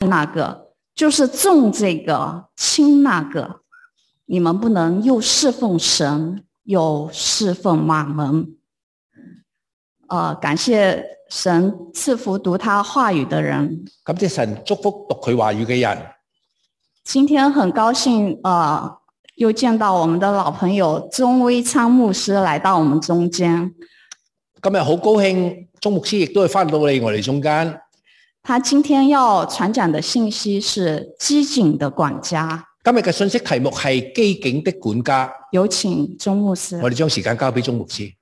那个，就是重这个轻那个。你们不能又侍奉神又侍奉马门。感谢神赐福读他话语的人。 感謝神祝福讀佢話語嘅人。 今天很高興又見到我們的老朋友鍾威昌牧師來到我們中間。 今日好高興，鍾牧師亦都係返到嚟我哋中間。 他今天要傳講的信息是機警的管家。 今日嘅信息題目係機警的管家。 有請鍾牧師。 我哋將時間交俾鍾牧師。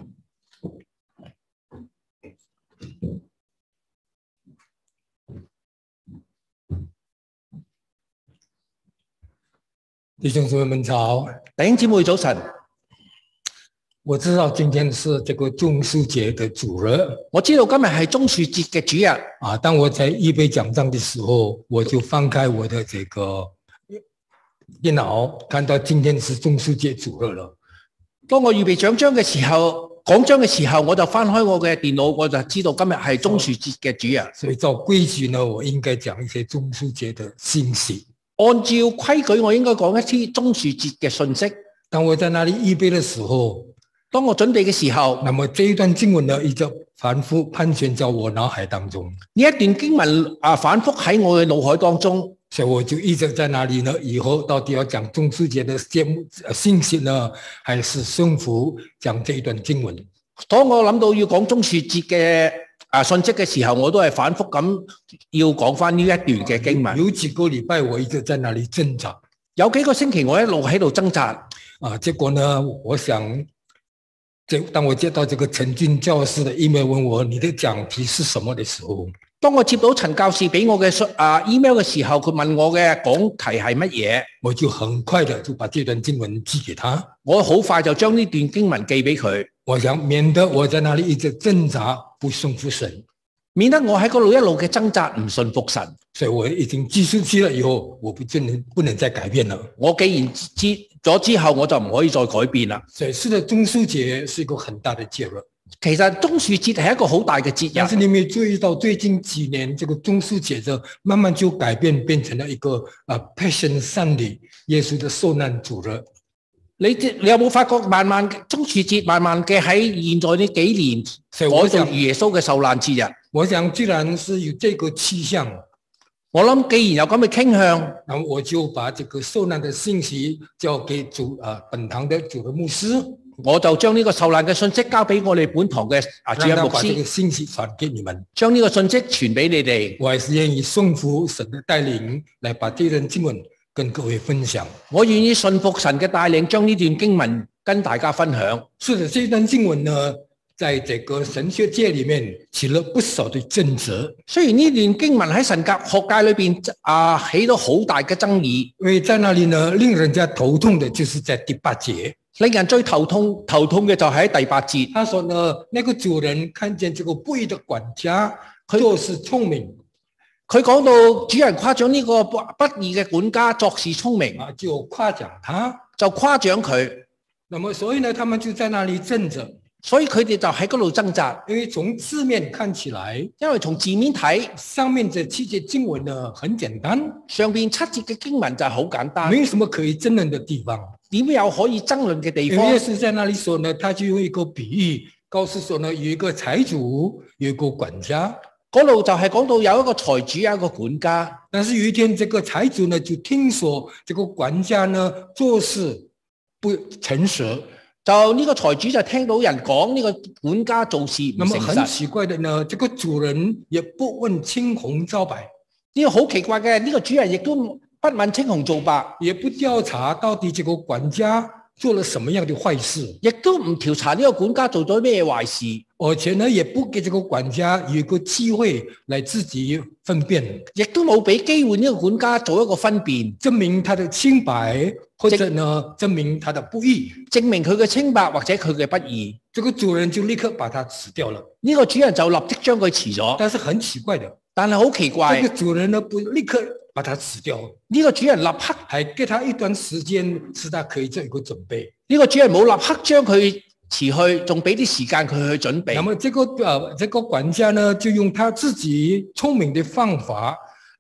弟兄姊妹們早， 弟兄姊妹早晨。 我知道今天是這個棕樹節的主日， 我知道今日係棕樹節嘅主日。 當我在預備講章的時候，我就翻開我的這個電腦，看到今天是棕樹節主日了。 當我預備講章嘅時候，我就翻開我嘅電腦，我就知道今日係棕樹節嘅主日。 所以照規矩呢，我應該講一些棕樹節的信息。 按照規矩，我應該講一啲棕樹節嘅信息。 當我在那裡預備的時候， 當我準備嘅時候， 那麼這一段經文呢，一直反覆盤旋在我腦海當中。 呢一段經文反覆喺我嘅腦海當中， 所以我就一直在那裡呢。以後到底要講棕樹節的節目信息呢，還是順服講這一段經文？ 當我諗到要講棕樹節嘅信息嘅時候，我都係反覆咁要講翻呢一段嘅經文。 有幾個禮拜我一直在那裡掙扎， 有幾個星期我一路喺度掙扎。 結果呢，我想，當我接到這個陳俊教師的 email 問我你的講題是什麼的時候， 當我接到陳教士俾我嘅email 嘅時候，佢問我嘅講題係乜嘢， 我就很快的就把這段經文寄給他。 我好快就將呢段經文寄俾佢。 我想免得我在那裡一直掙扎不順服神， 免得我喺嗰度一路嘅掙扎唔順服神。 所以我已經寄出去了以後，我不能再改變了。我既然知咗之後，我就唔可以再改變啦。 所以是的，棕樹節是一個很大的節日。 其實棕樹節係一個好大嘅節日。 但是你有冇注意到最近幾年，這個棕樹節就慢慢就改變，變成了一個Passion Sunday，耶穌的受難主日。 你有冇發覺慢慢棕樹節慢慢嘅喺現在呢幾年改做耶穌嘅受難節日？ 我想既然是有這個趨向， 我諗既然有咁嘅傾向， 那我就把這個受難的信息交給本堂的主任牧師， 我就將呢個受難嘅信息交俾我哋本堂嘅主任牧師， 把這個信息傳給你們， 將呢個信息傳俾你哋。 我還是願意順服神的帶領，來把這段經文跟各位分享。 我願意順服神嘅帶領，將呢段經文跟大家分享。 是的，這段經文呢，在這個神學界裏面起了不少的爭執。 雖然呢段經文喺神學界裏邊起到好大嘅爭議， 因為在那裡呢，令人家頭痛的就是在第8節。 令人最頭痛嘅就係喺第8節。 他說呢，那個主人看見這個不義的管家做事聰明。 佢講到主人誇獎呢個不義嘅管家作事聰明， 就誇獎他， 就誇獎佢。 那麼所以呢，他們就在那裡爭執， 所以佢哋就喺嗰度掙扎。 因為從字面看起來， 因為從字面睇， 上面這7節經文呢很簡單， 上邊7節嘅經文就係好簡單， 沒有什麼可以爭論的地方。 點有可以爭論嘅地方？ 耶穌在那裡說呢，他就用一個比喻，告訴說呢，有一個財主，有一個管家。 嗰度就係講到有一個財主，有一個管家。 但是有一天，這個財主呢就聽說這個管家呢做事不誠實， 就呢個財主就聽到人講呢個管家做事唔誠實。 那麼很奇怪的呢，這個主人也不問青紅皂白。 呢個好奇怪嘅，呢個主人亦都不問青紅皂白， 也不調查到底這個管家做了什麼樣的壞事， 亦都唔調查呢個管家做咗咩壞事， 而且呢，也不給這個管家有一個機會來自己分辨， 亦都冇俾機會呢個管家做一個分辨， 證明他的清白，或者呢證明他的不義， 證明佢嘅清白或者佢嘅不義。 這個主人就立刻把他辭掉了。 呢個主人就立即將佢辭咗。 但是很奇怪的， 但係好奇怪， 這個主人呢不立刻把他辭掉， 呢個主人立刻還給他一段時間，使他可以做一個準備。 呢個主人冇立刻將佢辭去，仲俾啲時間佢去準備。 那麼這個管家呢，就用他自己聰明的方法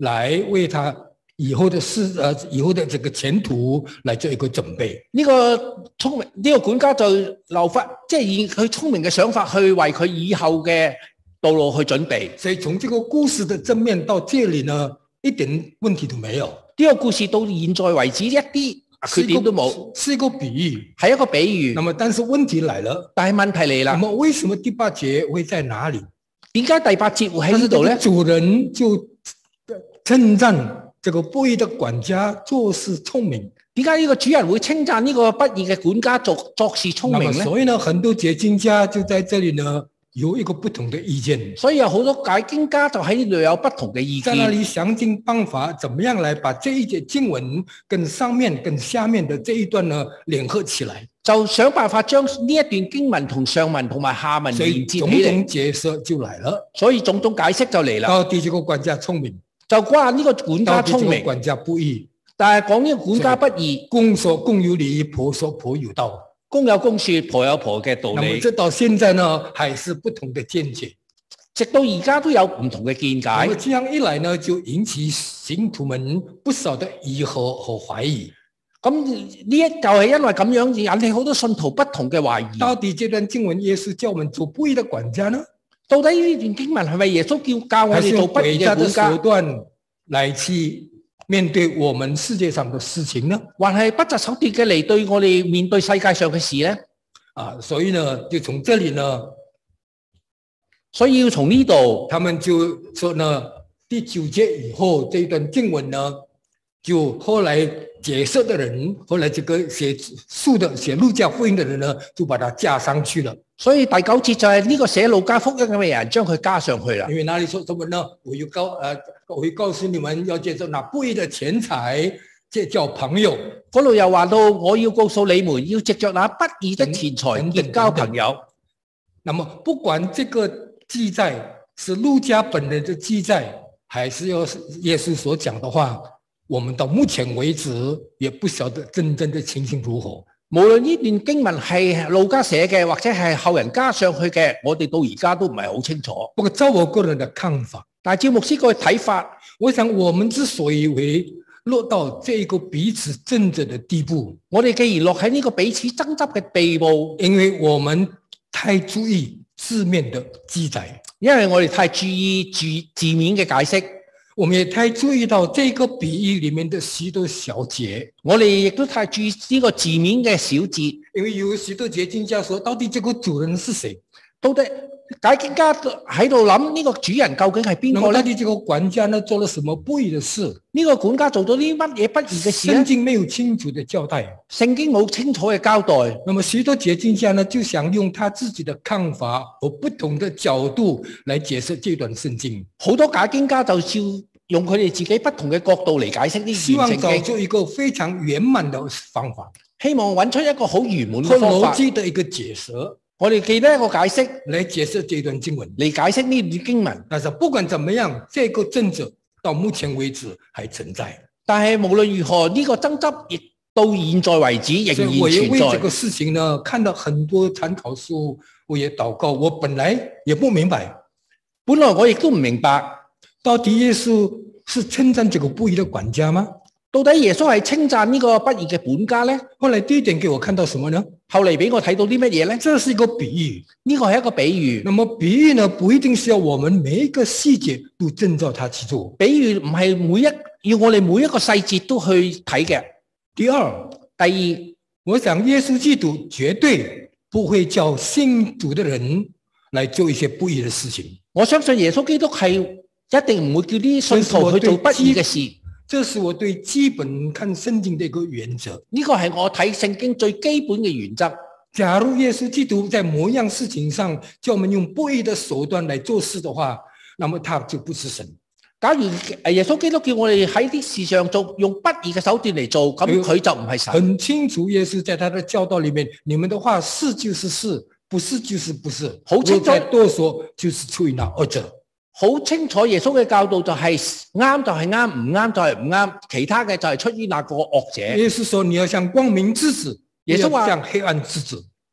來為他以後的以後的這個前途來做一個準備。 呢個聰明呢個管家就留法，即係以佢聰明嘅想法去為佢以後嘅道路去準備。 所以從這個故事的正面到這裡呢，一點問題都沒有。 呢個故事到現在為止一啲缺點都冇， 是一個比喻， 係一個比喻。 那麼但是問題來了， 但係問題嚟啦。 那麼為什麼第8節會在哪裡？ 點解第8節會喺呢度咧？ 主人就稱讚這個不義的管家做事聰明。 點解呢個主人會稱讚呢個不義嘅管家作事聰明咧？ 所以呢，很多解經家就在這裡呢有一個不同的意見。 所以有好多解經家就喺呢度有不同嘅意見。 在那裡想盡辦法，怎麼樣來把這一節經文跟上面跟下面的這一段呢聯合起來， 就想辦法將呢一段經文同上文同埋下文連接起嚟。 種種解釋就來了。 所以種種解釋就嚟啦。 到底這個管家聰明， 就關呢個管家聰明， 管家不義。 但係講呢個管家不義， 公說公有理，婆說婆有道。 公有公說，婆有婆嘅道理。 那麼這到現在呢，還是不同的見解， 直到而家都有唔同嘅見解。 那麼這樣一來呢，就引起信徒們不少的疑惑和懷疑。 咁呢就係因為咁樣引起好多信徒不同嘅懷疑。 到底這段經文耶穌叫我們做不義的管家呢？ 到底呢段經文係咪耶穌教我哋做不義嘅管家？ 手段來去面對我們世界上的事情呢？ 還係不擇手段嘅嚟對我哋面對世界上嘅事呢？ 所以呢，就從這裡呢， 所以要從呢度， 他們就說呢，第9節以後這一段經文呢，就後來解釋的人，後來這個寫路加福音的人呢，就把它加上去了。 所以第9節就係呢個寫路加福音嘅人將佢加上去啦。 因為那裡說什麼呢？我會告訴你們要接受那不義的錢財，結交朋友。 嗰度又話到，我要告訴你們，要藉着那不義的錢財結交朋友。 那麼不管這個記載是路加本人的記載，還是要耶穌所講的話，我們到目前為止也不曉得真正的情形如何。 無論呢段經文係路加寫嘅，或者係後人加上去嘅，我哋到而家都唔係好清楚。 不過照我個人的看法， 但係照牧師個睇法， 我想我們之所以會落到這個彼此爭執的地步， 我哋既然落喺呢個彼此爭執嘅地步， 因為我們太注意字面的記載， 因為我哋太注意字面嘅解釋。 我們也太注意到這個比喻裏面的許多小節， 我哋亦都太注意呢個字面嘅小節。 因為有許多解經家說，到底這個主人是誰？ 到底解經家喺度諗呢個主人究竟係邊個咧？ 到底這個管家呢做了什麼不義的事？ 呢個管家做咗啲乜嘢不義嘅事咧？ 聖經沒有清楚的交代， 聖經冇清楚嘅交代。 那麼許多解經家呢就想用他自己的看法和不同的角度來解釋這段聖經。 好多解經家就照用佢哋自己不同嘅角度嚟解釋呢段聖經， 希望找出一個非常圓滿的方法， 希望揾出一個好圓滿嘅方法， 邏輯的一個解釋。 我哋記得一個解釋來解釋這段經文， 嚟解釋呢段經文。 但是不管怎麼樣，這個爭執到目前為止還存在。 但係無論如何，呢個爭執亦到現在為止仍然存在。 我也為這個事情呢，看到很多參考書，我也禱告。我本來也不明白， 本來我亦都唔明白， 到底耶穌是稱讚這個不義的管家嗎？ 到底耶穌係稱讚呢個不義嘅管家呢？ 後來第一點給我看到什麼呢？ 後嚟俾我睇到啲乜嘢呢？ 這是一個比喻， 呢個係一個比喻。 那麼比喻呢，不一定是要我們每一個細節都遵照它去做。 比喻唔係要我哋每一個細節都去睇嘅。 第二，我想耶穌基督絕對不會叫信主的人來做一些不義的事情。 我相信耶穌基督係一定唔會叫啲信徒去做不義嘅事。 這是我對基本看聖經的一個原則。 呢個係我睇聖經最基本嘅原則。 假如耶穌基督在某樣事情上叫我們用不義的手段來做事的話，那麼他就不是神。 假如耶穌基督叫我哋喺啲事上用不義嘅手段嚟做，咁佢就唔係神。 很清楚，耶穌在他的教導裏面，你們的話是就是是，不是就是不是。好清楚，再多說就是出於那二者。 好清楚，耶穌嘅教導就係啱就係啱，唔啱就係唔啱，其他嘅就係出於那個惡者。 耶穌說你要向光明之子， 耶穌話向黑暗之子。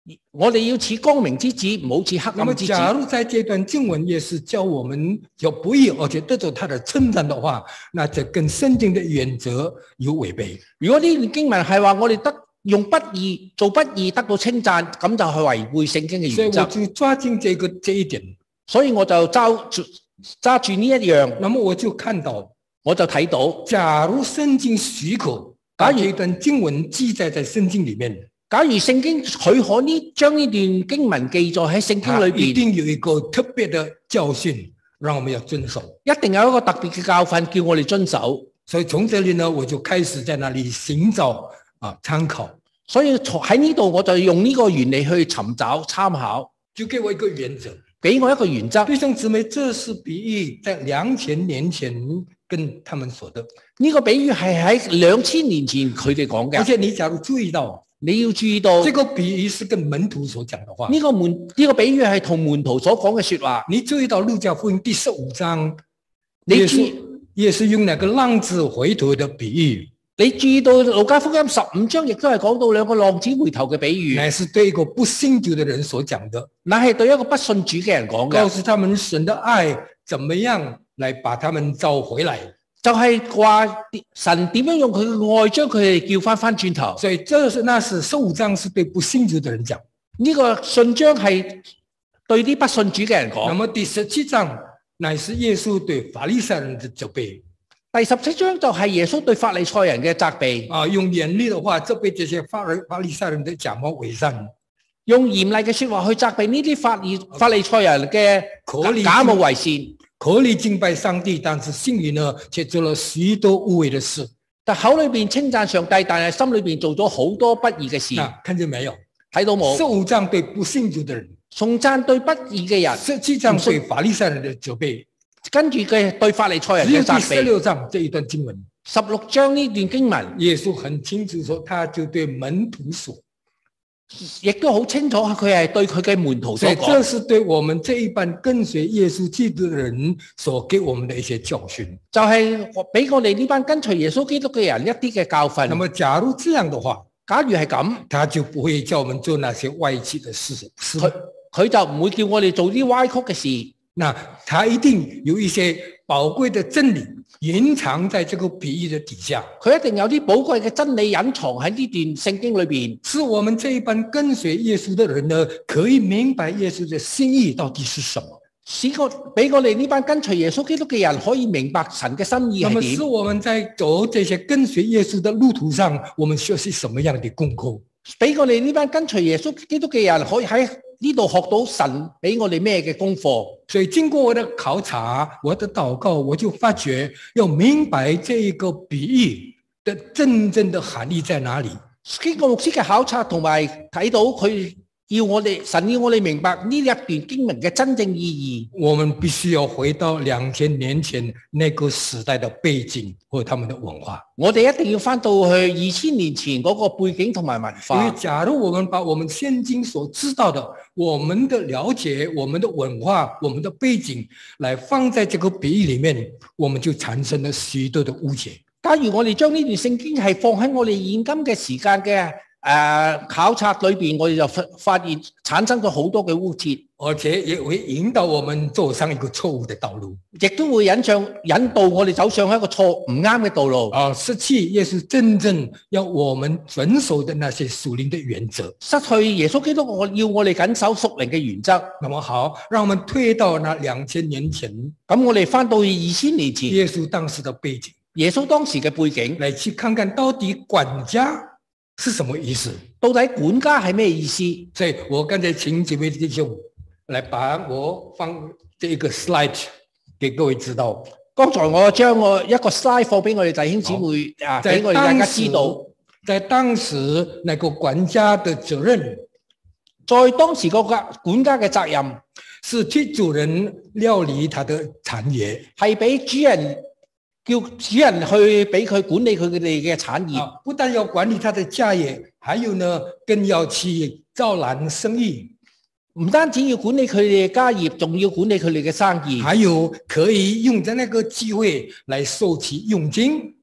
我哋要似光明之子，唔好似黑那么暗之子。 假如在这段经文也是叫我们有不义，而且得到他的称赞的话，那这跟圣经的原则有违背。 如果呢段經文係話我哋用不義做不義得到稱讚，咁就係違背聖經嘅所以我原則。 就抓紧这一点， 所以我就揸住呢一樣， 那么我就看到， 我就睇到， 假如圣经许可把这段经文记载在圣经里面， 假如聖經許可將呢段經文記載喺聖經它裏邊， 一定有一个特别的教训，让我们要遵守。 一定有一個特別嘅教訓叫我哋遵守。 所以从这里呢，我就开始在那里寻找参考， 所以喺呢度我就用呢個原理去尋找參考， 就给我一个原则。 俾我一個原則。 弟兄姊妹，这是比喻在2000年前跟他们说的。 呢個比喻係喺2000年前佢哋講嘅。 而且你假如注意到， 你要注意到这个比喻是跟门徒所讲的话。 呢個比喻係同門徒所講嘅說話。 你注意到路加福音第15章，也是用那个浪子回头的比喻。 你注意到路加福音15章亦都係講到兩個浪子回頭嘅比喻， 乃是對一個不信主的人所講的， 乃係對一個不信主嘅人講嘅， 告訴他們神的愛怎麼樣來把他們召回來， 就係話神點樣用佢嘅愛將佢哋叫翻轉頭。 所以那是15章是對不信主的人講， 呢個信章係對啲不信主嘅人講。 那麼第17章乃是耶穌對法利賽人的責備。 第17章就係耶穌對法利賽人嘅責備。 用嚴厲的話責備這些法利賽人的假冒偽善， 用嚴厲嘅說話去責備呢啲法利賽人嘅假冒偽善。 口裏敬拜上帝，但是心裏呢卻做了許多污穢的事。 但口裏邊稱讚上帝，但係心裏邊做咗好多不義嘅事。 看見沒有？ 睇到冇 ？15章對不信主的人， 頌讚對不義嘅人 ，17章對法利賽人的責備。 跟住嘅對法利賽人嘅責備。 16章這一段經文 ，16章呢段經文， 耶穌很清楚說，他就對門徒說， 亦都好清楚佢係對佢嘅門徒所講。 這是對我們這一班跟隨耶穌基督的人所給我們的一些教訓， 就係俾我哋呢班跟隨耶穌基督嘅人一啲嘅教訓。 那麼假如這樣的話， 假如係咁， 他就不會叫我們做那些歪曲的事。 佢就唔會叫我哋做啲歪曲嘅事。 那他一定有一些寶貴的真理隱藏在這個比喻的底下， 佢一定有啲寶貴嘅真理隱藏喺呢段聖經裏邊， 是我們這一班跟隨耶穌的人呢，可以明白耶穌的心意到底是什麼， 俾我哋呢班跟隨耶穌基督嘅人可以明白神嘅心意係點。 那麼是我們在走這些跟隨耶穌的路途上，我們學習什麼樣的功課？ 俾我哋呢班跟隨耶穌基督嘅人可以喺呢度學到神俾我哋咩嘅功課。 所以經過我的考察，我的禱告，我就發覺要明白這一個比喻的真正的含義在哪裡。 經過牧師嘅考察同埋睇到佢神要我哋明白呢一段經文嘅真正意義。 我們必須要回到2000年前那個時代的背景和他們的文化。 我哋一定要翻到去2000年前嗰個背景同埋文化。 因為假如我們把我們現今所知道的、我們的了解、我們的文化、我們的背景來放在這個比喻裡面，我們就產生了許多的誤解。 假如我哋將呢段聖經係放喺我哋現今嘅時間嘅考察裏邊，我哋就發現產生咗好多嘅污穢， 而且也會引導我們走上一個錯誤的道路， 亦都會引導我哋走上一個唔啱嘅道路。 失去耶穌真正要我們遵守的那些屬靈的原則， 失去耶穌基督要我哋緊守屬靈嘅原則。 那麼好，讓我們退到那2000年前， 咁我哋翻到2000年前， 耶穌當時的背景， 耶穌當時嘅背景， 來去看看到底管家是什麼意思？ 到底管家係咩意思？ 所以我剛才請幾位弟兄來把我放這個 slide 給各位知道。 剛才我將一個 slide 放俾我哋弟兄姊妹俾我哋大家知道。 在當時那個管家的責任， 在當時個管家嘅責任是替主人料理他的產業， 係俾主人。叫主人去俾佢管理佢哋嘅產業， 不但要管理他的家業，還有呢，更要去招攬生意。唔單止要管理佢哋嘅家業，仲要管理佢哋嘅生意。還有可以用在那個機會來收取佣金，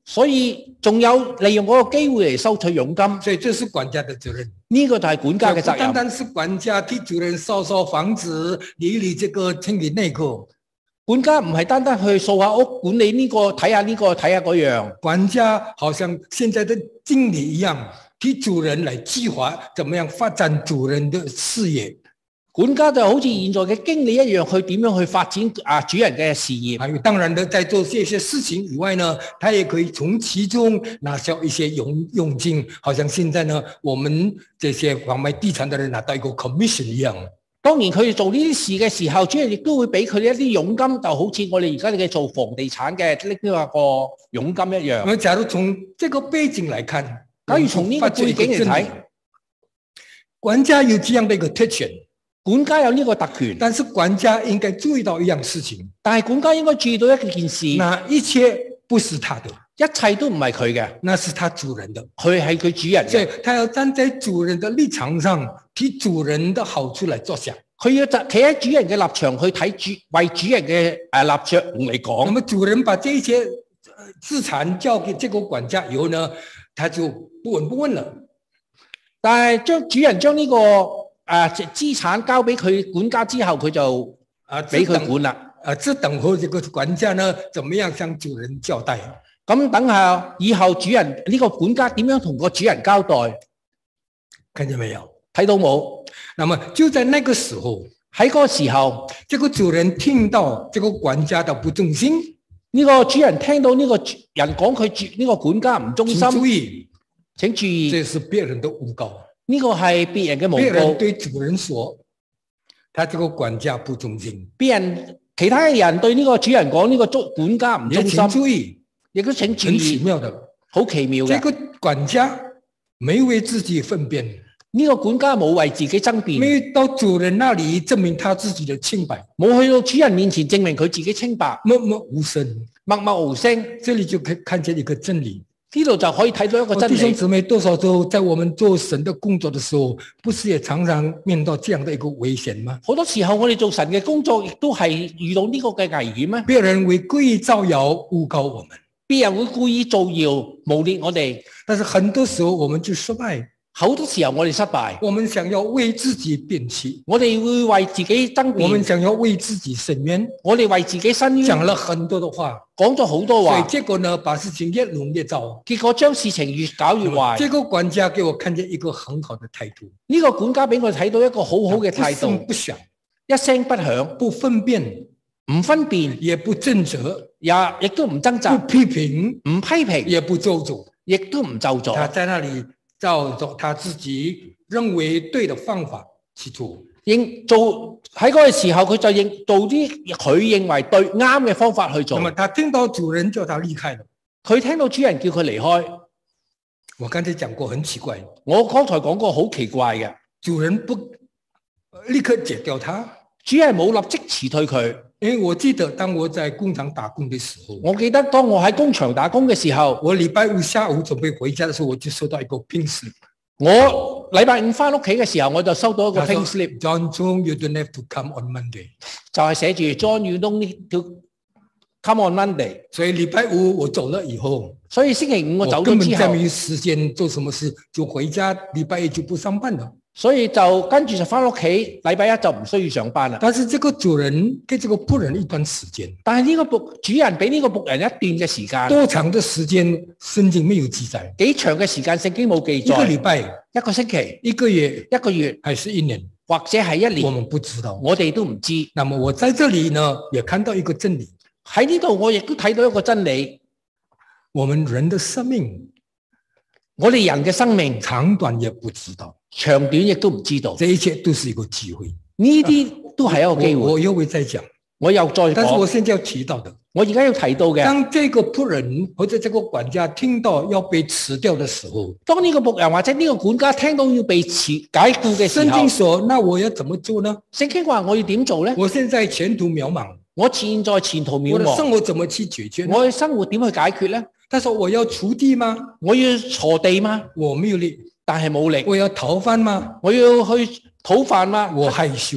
所以仲有利用嗰個機會嚟收取佣金， 所以這是管家的責任。 呢個就係管家嘅責任。 不單單是管家替主人掃房子、理理這個、清理那個。 管家唔係單單去掃下屋、管理呢個、睇下呢個、睇下嗰樣。 管家好像現在的經理一樣，替主人來計劃怎麼樣發展主人的事業。 管家就好似現在嘅經理一樣，去點樣去發展主人嘅事業。 還有當然的，在做這些事情以外呢，他也可以從其中拿下一些佣金，好像現在呢，我們這些販賣地產的人拿到一個 commission 一樣。 當然佢哋做呢啲事嘅時候，主人亦都會俾佢哋一啲佣金，就好似我哋而家嘅做房地產嘅拎呢個佣金一樣。 假如從這個背景來看， 假如從呢個背景嚟睇， 管家有這樣的一個特權。 管家有呢個特權， 但是管家應該注意到一樣事情， 但係管家應該注意到一件事， 那一切不是他的， 一切都唔係佢嘅， 那是他主人的， 佢係佢主人嘅， 所以他要站在主人的立場上，替主人的好處來着想， 佢要企喺主人嘅立場去睇為主人嘅立場嚟講。 那麼主人把這些資產交給這個管家以後呢，他就不聞不問了。 但係主人將呢個資產交俾佢管家之後，佢就俾佢管啦。 這等候這個管家呢，怎麼樣向主人交代？ 咁等下以後主人呢個管家點樣同個主人交代？ 看見沒有？ 睇到冇？ 那麼就在那個時候， 喺嗰個時候， 這個主人聽到這個管家的不忠心， 呢個主人聽到呢個人講佢呢個管家唔忠心，請注意， 這是別人的誣告。 呢個係別人嘅誣告。 別人對主人說，他這個管家不忠心。 其他嘅人對呢個主人講呢個管家唔忠心。 請注意， 亦都請注意。 很奇妙的， 好奇妙嘅。 這個管家沒為自己分辨， 呢個管家冇為自己爭辯， 沒到主人那裡證明他自己的清白， 冇去到主人面前證明佢自己清白， 默默無聲， 默默無聲。 這裡就可以看見一個真理。 呢度就可以睇到一個真理。 弟兄姊妹，多少時候在我們做神的工作的時候，不是也常常面對這樣的一個危險嗎？ 好多時候我哋做神嘅工作，亦都係遇到呢個嘅危險咩？ 別人會故意造謠誣告我們， 別人會故意造謠誣衊我哋， 但是很多時候我們就失敗。 好多時候我哋失敗， 我們想要為自己辯護， 我哋會為自己爭辯， 我們想要為自己伸冤， 我哋為自己伸冤， 講了很多的話， 講咗好多話， 所以結果呢，把事情越弄越糟， 結果將事情越搞越壞。 這個管家給我看見一個很好的態度， 呢個管家俾我睇到一個好好嘅態度， 不響， 一聲不響， 不分辨， 唔分辨， 也不爭責， 亦都唔掙扎， 不批評， 唔批評， 也不咒詛， 亦都唔咒詛。 他在那裡照着他自己認為對的方法去做， 做喺嗰個時候，佢就做啲佢認為對啱嘅方法去做。 那麼他聽到主人叫他離開了， 佢聽到主人叫佢離開。 我剛才講過很奇怪， 我剛才講過好奇怪嘅， 主人不立刻解掉他， 主人冇立即辭退佢。 因為我記得當我在工廠打工的時候， 我記得當我喺工場打工嘅時候， 我禮拜五下午準備回家的時候，我就收到一個 pink slip。 我禮拜五翻屋企嘅時候，我就收到一個 pink slip。 John Chung, you don't have to come on Monday。 就係寫住 John, you don't need to come on Monday。 所以禮拜五我走了以後， 所以星期五我走咗之後， 根本再沒時間做什麼事，就回家，禮拜一就不上班了。 所以就跟住就翻屋企，禮拜一就唔需要上班啦。 但是這個主人給這個僕人一段時間， 但係呢個主人俾呢個僕人一段嘅時間， 多長的時間聖經沒有記載， 幾長嘅時間聖經冇記載， 一個禮拜、 一個星期、 一個月、 一個月， 還是一年， 或者係一年， 我們不知道， 我哋都唔知。 那麼我在這裡呢，也看到一個真理， 喺呢度我亦都睇到一個真理， 我們人的生命， 我哋人嘅生命長短也不知道。 長短亦都唔知道， 這一切都是一個機會， 呢啲都係一個機會。 我又會再講， 我又再講。 但是我現在要提到的， 我而家要提到嘅， 當這個僕人或者這個管家聽到要被辭掉的時候， 當呢個僕人或者呢個管家聽到要被解雇嘅時候， 聖經說：那我要怎麼做呢？ 聖經話我要點做呢？ 我現在前途渺茫， 我現在前途渺茫， 我的生活怎麼去解決？ 我嘅生活點去解決呢？ 他說：我要鋤地嗎？ 我要鋤地嗎？ 我沒有力。 但係冇力。 我要討飯嗎？ 我要去討飯嗎？ 我害羞。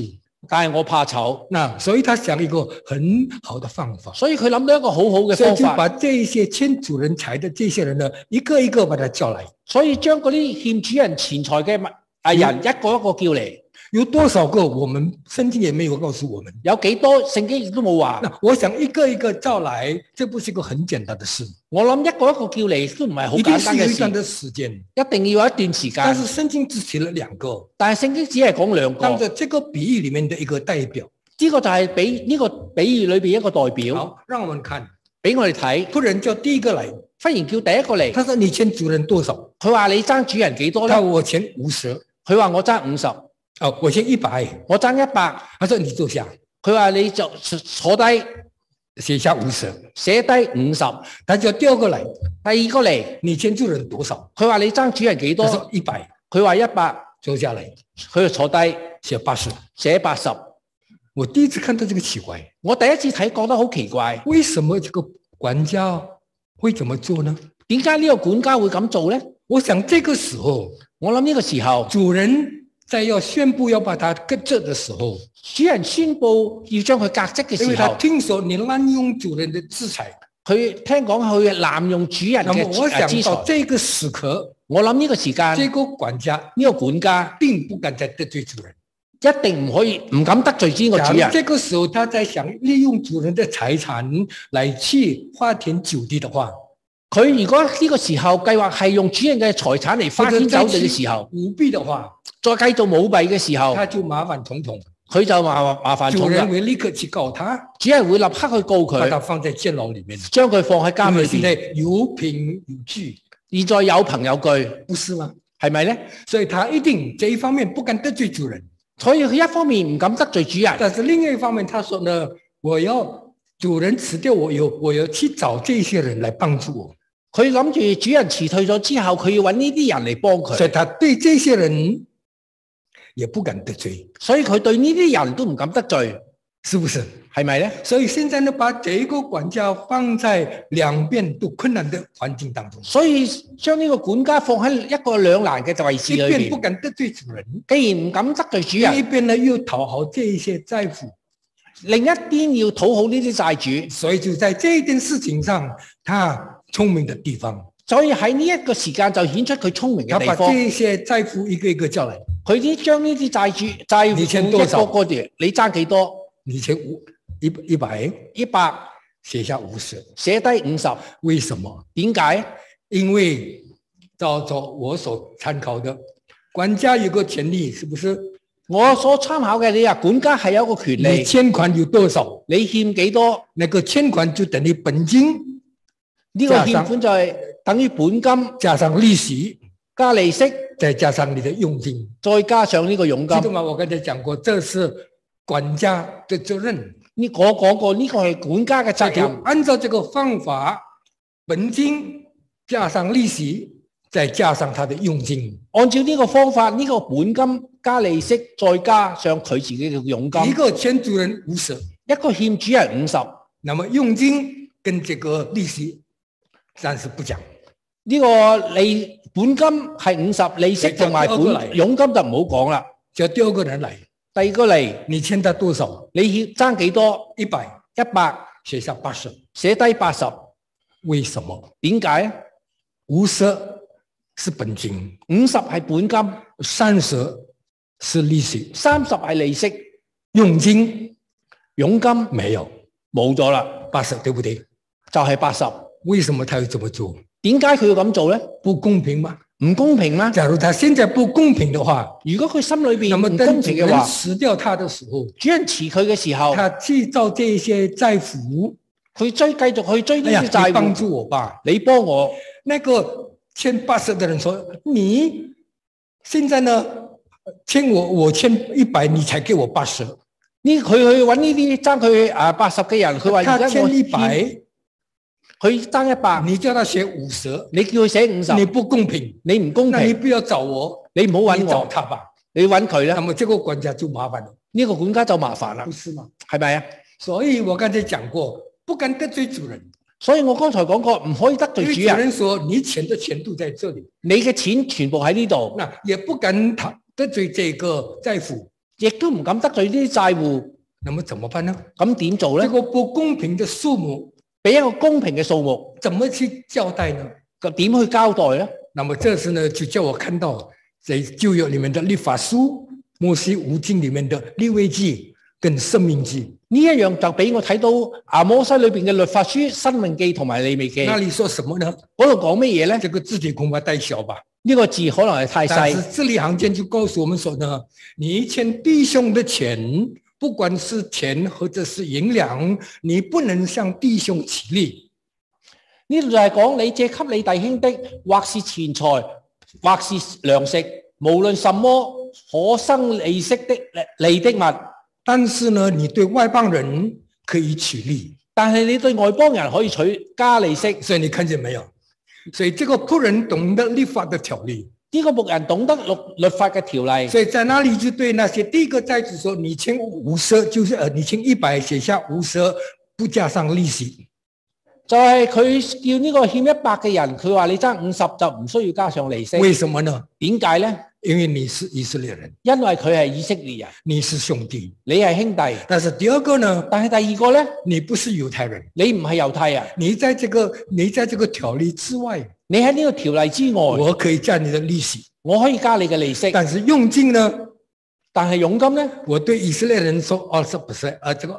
但係我怕醜， 那所以他想一個很好的方法， 所以佢諗到一個好好嘅所以就方法， 把這些欠主人財的這些人呢，一個一個把他叫來。 所以將嗰啲欠主人錢財嘅人一個一個叫嚟。 有多少個我們聖經也沒有告訴我們， 有幾多聖經亦都冇話。 那我想一個一個叫來，這不是一個很簡單的事。 我諗一個一個叫嚟都唔係好一定簡單嘅是有一段的事， 時間。 一定要有一段時間。 但是聖經只提了兩個， 但係聖經只係講兩個， 當着這個比喻裏面的一個代表。 呢個就係俾呢個比喻裏邊一個代表。 好，讓我們看， 俾我哋睇。 突然叫第一個來， 忽然叫第一個嚟， 他說你欠主人多少？ 佢話你爭主人幾多咧？ 他說我欠50。 佢話我爭50。 哦，我欠100。 我爭100。 他說你坐下。 佢話你就坐低， 寫下50， 寫低50。 他叫第二個來， 第二個嚟， 你欠主人多少？ 佢話你爭主人幾多？ 他說100。 佢話100， 坐下來， 佢就坐低， 寫80， 寫80。 我第一次看到這個奇怪， 我第一次睇覺得好奇怪， 為什麼這個管家會這麼做呢？ 點解呢個管家會咁做呢？ 我想這個時候， 我諗呢個時候， 主人在要宣布要把他革職的時候， 主人宣布要將佢革職嘅因為他時候， 聽說你濫用主人的資財， 佢聽講佢濫用主人嘅那麼我想資財。 到這個時刻， 我諗呢個時間， 這個管家呢個管家並不敢再得罪主人， 一定唔敢得罪呢個假主人。 如這個時候他在想利用主人的財產來去花天酒地的話， 佢如果呢個時候計劃係用主人嘅財產嚟花天酒地嘅時候， 舞弊的話， 再繼續舞弊嘅時候， 他就麻煩重重， 佢就麻煩主重啦。 人會立刻去告他， 主人會立刻去告把他佢， 放在監牢裏面。 將佢放喺監裏因為現邊。 在有憑有據， 現在有憑有據， 不是嗎？ 係咪呢？ 所以他一定這一方面不敢得罪主人， 所以佢一方面唔敢得罪主人， 但是另外一方面，他說呢，我要主人辭掉我要去找這些人來幫助我。 佢諗住主人辭退咗之後，佢要揾呢啲人嚟幫佢， 所以他對這些人也不敢得罪， 所以佢對呢啲人都唔敢得罪， 是不是？ 係咪呢？ 所以現在呢，把這個管家放在兩邊都困難的環境當中， 所以將呢個管家放喺一個兩難嘅位置一裏邊。 邊不敢得罪主人， 既然唔敢得罪主另一人， 邊呢又討好這一些債主， 另一邊要討好呢啲債主， 所以就在這件事情上，他聰明的地方。 所以喺呢一個時間就顯出佢聰明嘅他把地方。 這些債夫一個一個叫來， 佢已經將呢啲債你欠主多少一個個條，你爭幾多？ 你欠100， 100， 寫下50， 寫低50。 為什麼？ 點解？ 因為照我所參考的，管家有個權利，是不是？ 我所參考嘅，你話管家係有一個權你利， 欠款有多少？ 你欠幾多？ 那個欠款就等於本金呢個欠款就係等於本金加上利息， 加利息， 再加上你的佣金， 再加上呢個佣金。 記得嗎？我剛才講過，這是管家的責任。 我講過呢個係管家嘅責就任。 按照這個方法，本金加上利息，再加上他的佣金。 按照呢個方法，呢個本金加利息，再加上佢自己嘅佣金。 一個欠主人50， 一個欠主人50， 那麼佣金跟這個利息暫時不講。 呢個本金係50，利息同埋佣金就唔好講啦。 叫第二個人來， 第二個嚟， 你欠他多少？ 你爭幾多 ？100，寫下80， 寫低80。 為什麼？ 點解 ？50是本金 ，50係本金 ，30是利息 ，30係利息， 佣金沒有， 冇咗啦 ，80對不對？ 就係80。 為什麼他要這麼做？ 點解佢要咁做呢？ 不公平嗎？ 唔公平嗎？ 假如他現在不公平的話， 如果佢心裏邊那麼唔公平嘅話， 辭掉他的時候， 主人辭佢嘅時候， 他去找這些債夫， 佢繼續去追呢啲你債幫務， 助我吧。 你幫我。 那個欠80的人說：你現在呢欠我欠100，你才給我80。 佢去揾呢啲爭佢80嘅人，佢話他欠100， 佢爭100， 你叫他寫50， 你叫佢寫50， 你不公平， 你唔公平， 那你不要找我， 你唔好揾你找我， 他吧。 你揾佢啦。 那麼這個管家就麻煩了， 呢個管家就麻煩啦不，是嗎？ 係咪啊？ 所以我剛才講過，不敢得罪主人。 所以我剛才講過，唔可以得罪主人。 因為主人說你錢的錢都在這裡， 你嘅錢全部喺呢度， 那也不敢得罪這個債夫。 亦都唔敢得罪呢啲債戶。 那麼怎麼辦呢？ 咁點做咧？ 這個不公平的數目， 俾一個公平嘅數目， 怎麼去交代呢？ 咁點去交代咧？ 那麼這時呢，就叫我看到在舊約裏面的律法書、摩西五經裏面的利未記跟申命記。 呢一樣就俾我睇到摩西裏邊嘅律法書、申命記同埋利未記。 那裡說什麼呢？ 嗰度講乜嘢咧？ 這個字體恐怕太小吧。 呢個字可能係太細。 但是字裡行間就告訴我們說呢，你欠弟兄的錢，不管是錢或者是銀兩，你不能向弟兄起利。 呢度就係講你借給你弟兄的，或是錢財，或是糧食，無論什麼可生利息的利的物。 但是呢，你對外邦人可以取利， 但係你對外邦人可以加利息。 所以你看見沒有？所以這個僕人懂得律法的條例， 呢個牧人懂得律法嘅條例， 所以在那裡就對那些第一個債主說：你欠50，就是你欠100，寫下50，不加上利息。 就係佢叫呢個欠100嘅人，佢話你爭50就唔需要加上利息。 為什麼呢？ 點解咧？ 因為你是以色列人， 因為佢係以色列人， 你是兄弟， 你係兄弟。 但是第二個呢？ 但係第二個咧， 你不是猶太人， 你唔係猶太人， 你在這個條例之外， 你喺呢個條例之外， 我可以加你的利息， 我可以加你嘅利息。 但是佣金呢？ 但係佣金咧， 我對以色列人說20%，這個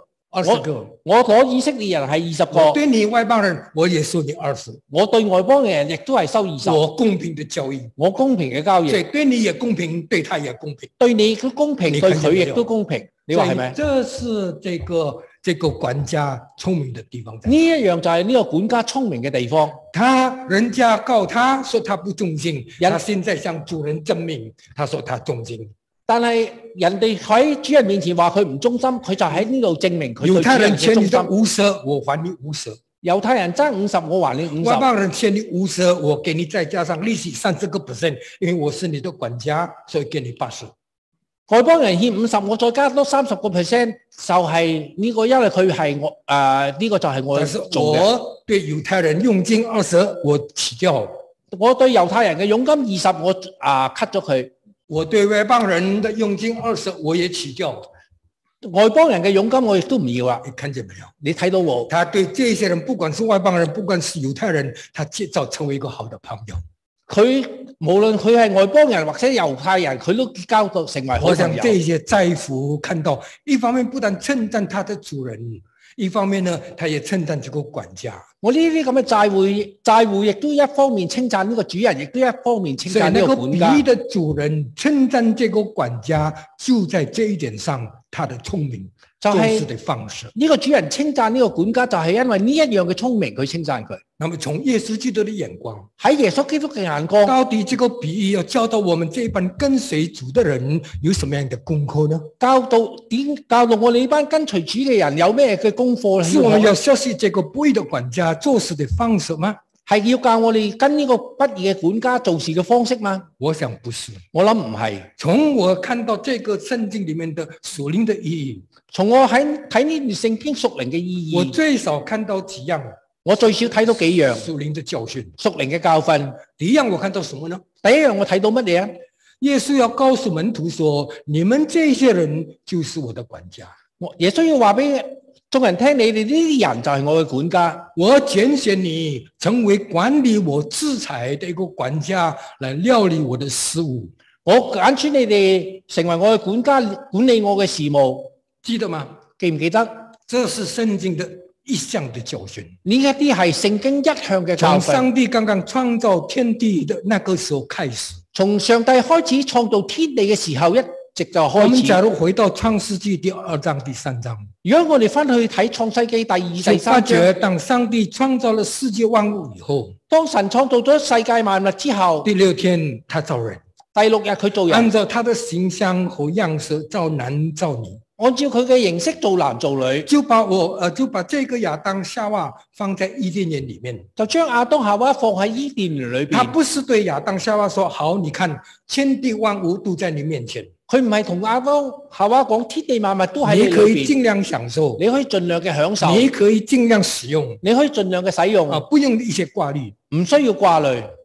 20個， 我攞以色列人係20個， 我對你外邦人，我也收你20， 我對外邦嘅人亦都係收20， 我公平的交易， 我公平嘅交易， 所以對你也公平，對他也公平， 對你都公平，對佢亦都公平，你話係咪？ 這是這個管家聰明的地方。 呢一樣就係呢個管家聰明嘅地方。 人家告他說他不忠心，他現在向主人證明，他說他忠心。但係人哋喺主人面前話佢唔忠心，佢就喺呢度證明佢對主人嘅忠心。 猶太人欠你的50，我還你50。 猶太人爭50，我還你50。 外邦人欠你50，我給你再加上利息30%，因為我是你的管家，所以給你80。 外邦人欠50，我再加多30%，就係呢個，因為佢係我呢個就係我做嘅。 我對猶太人佣金20，我起掉。 我對猶太人嘅佣金20，我cut 咗佢。 我對外邦人的佣金20，我也起掉。 外邦人嘅佣金我亦都唔要啦。 你看見沒有？ 你睇到我？ 他對這些人，不管是外邦人，不管是猶太人，他建造成為一個好的朋友。 佢無論佢係外邦人或者猶太人，佢都交到成為好朋友。 我想這些債主看到，一方面不但稱讚他的主人，一方面呢，他也稱讚這個管家。我呢啲咁嘅債戶亦都一方面稱讚呢個主人，亦都一方面稱讚呢個管家。所以那個比喻的主人稱讚這個管家，就在這一點上，他的聰明做事的方式。呢個主人稱讚呢個管家，就係因為呢一樣嘅聰明，佢稱讚佢。那麼從耶穌基督的眼光，喺耶穌基督嘅眼光，到底這個比喻要教導我們這一班跟隨主的人有什麼樣的功課呢？教導我哋呢班跟隨主嘅人有咩嘅功課？是我們要學習這個不義的管家做事的方式嗎？係要教我哋跟呢個不義嘅管家做事嘅方式嗎？我想不是，我諗唔係。從我看到這個聖經裏面的屬靈的意義，從我喺睇呢段聖經屬靈嘅意義，我最少看到幾樣。我最少睇到幾樣屬靈的教訓，屬靈嘅教訓。第一樣我看到什麼呢？第一樣我睇到乜嘢啊？耶穌要告訴門徒說：你們這些人就是我的管家。耶穌要話俾眾人聽，你哋呢啲人就係我嘅管家。我揀選你成為管理我資財的一個管家，來料理我的事務。我揀選你哋成為我嘅管家，管理我嘅事務。記得嗎？記唔記得？這是聖經的一項的教訓，呢一啲係聖經一項嘅教訓。從上帝剛剛創造天地的那個時候開始，從上帝開始創造天地嘅時候一直就開始。我們假如回到創世紀第2章、第3章，如果我哋翻去睇創世紀第2、第3章，發覺當上帝創造了世界萬物以後，當神創造咗世界萬物之後，第6天他造人，第6日佢造人，按照他的形象和樣式造男造女。按照佢嘅形式做男做女，就把這個亞當夏娃放在伊甸園裏面，就將亞當夏娃放喺伊甸園裏邊。他不是對亞當夏娃說：好，你看天地萬物都在你面前。佢唔係同亞當夏娃講天地萬物都喺你裏邊，你可以盡量享受，你可以盡量嘅享受，你可以盡量使用，你可以盡量嘅使用，不用一些掛慮，唔需要掛慮。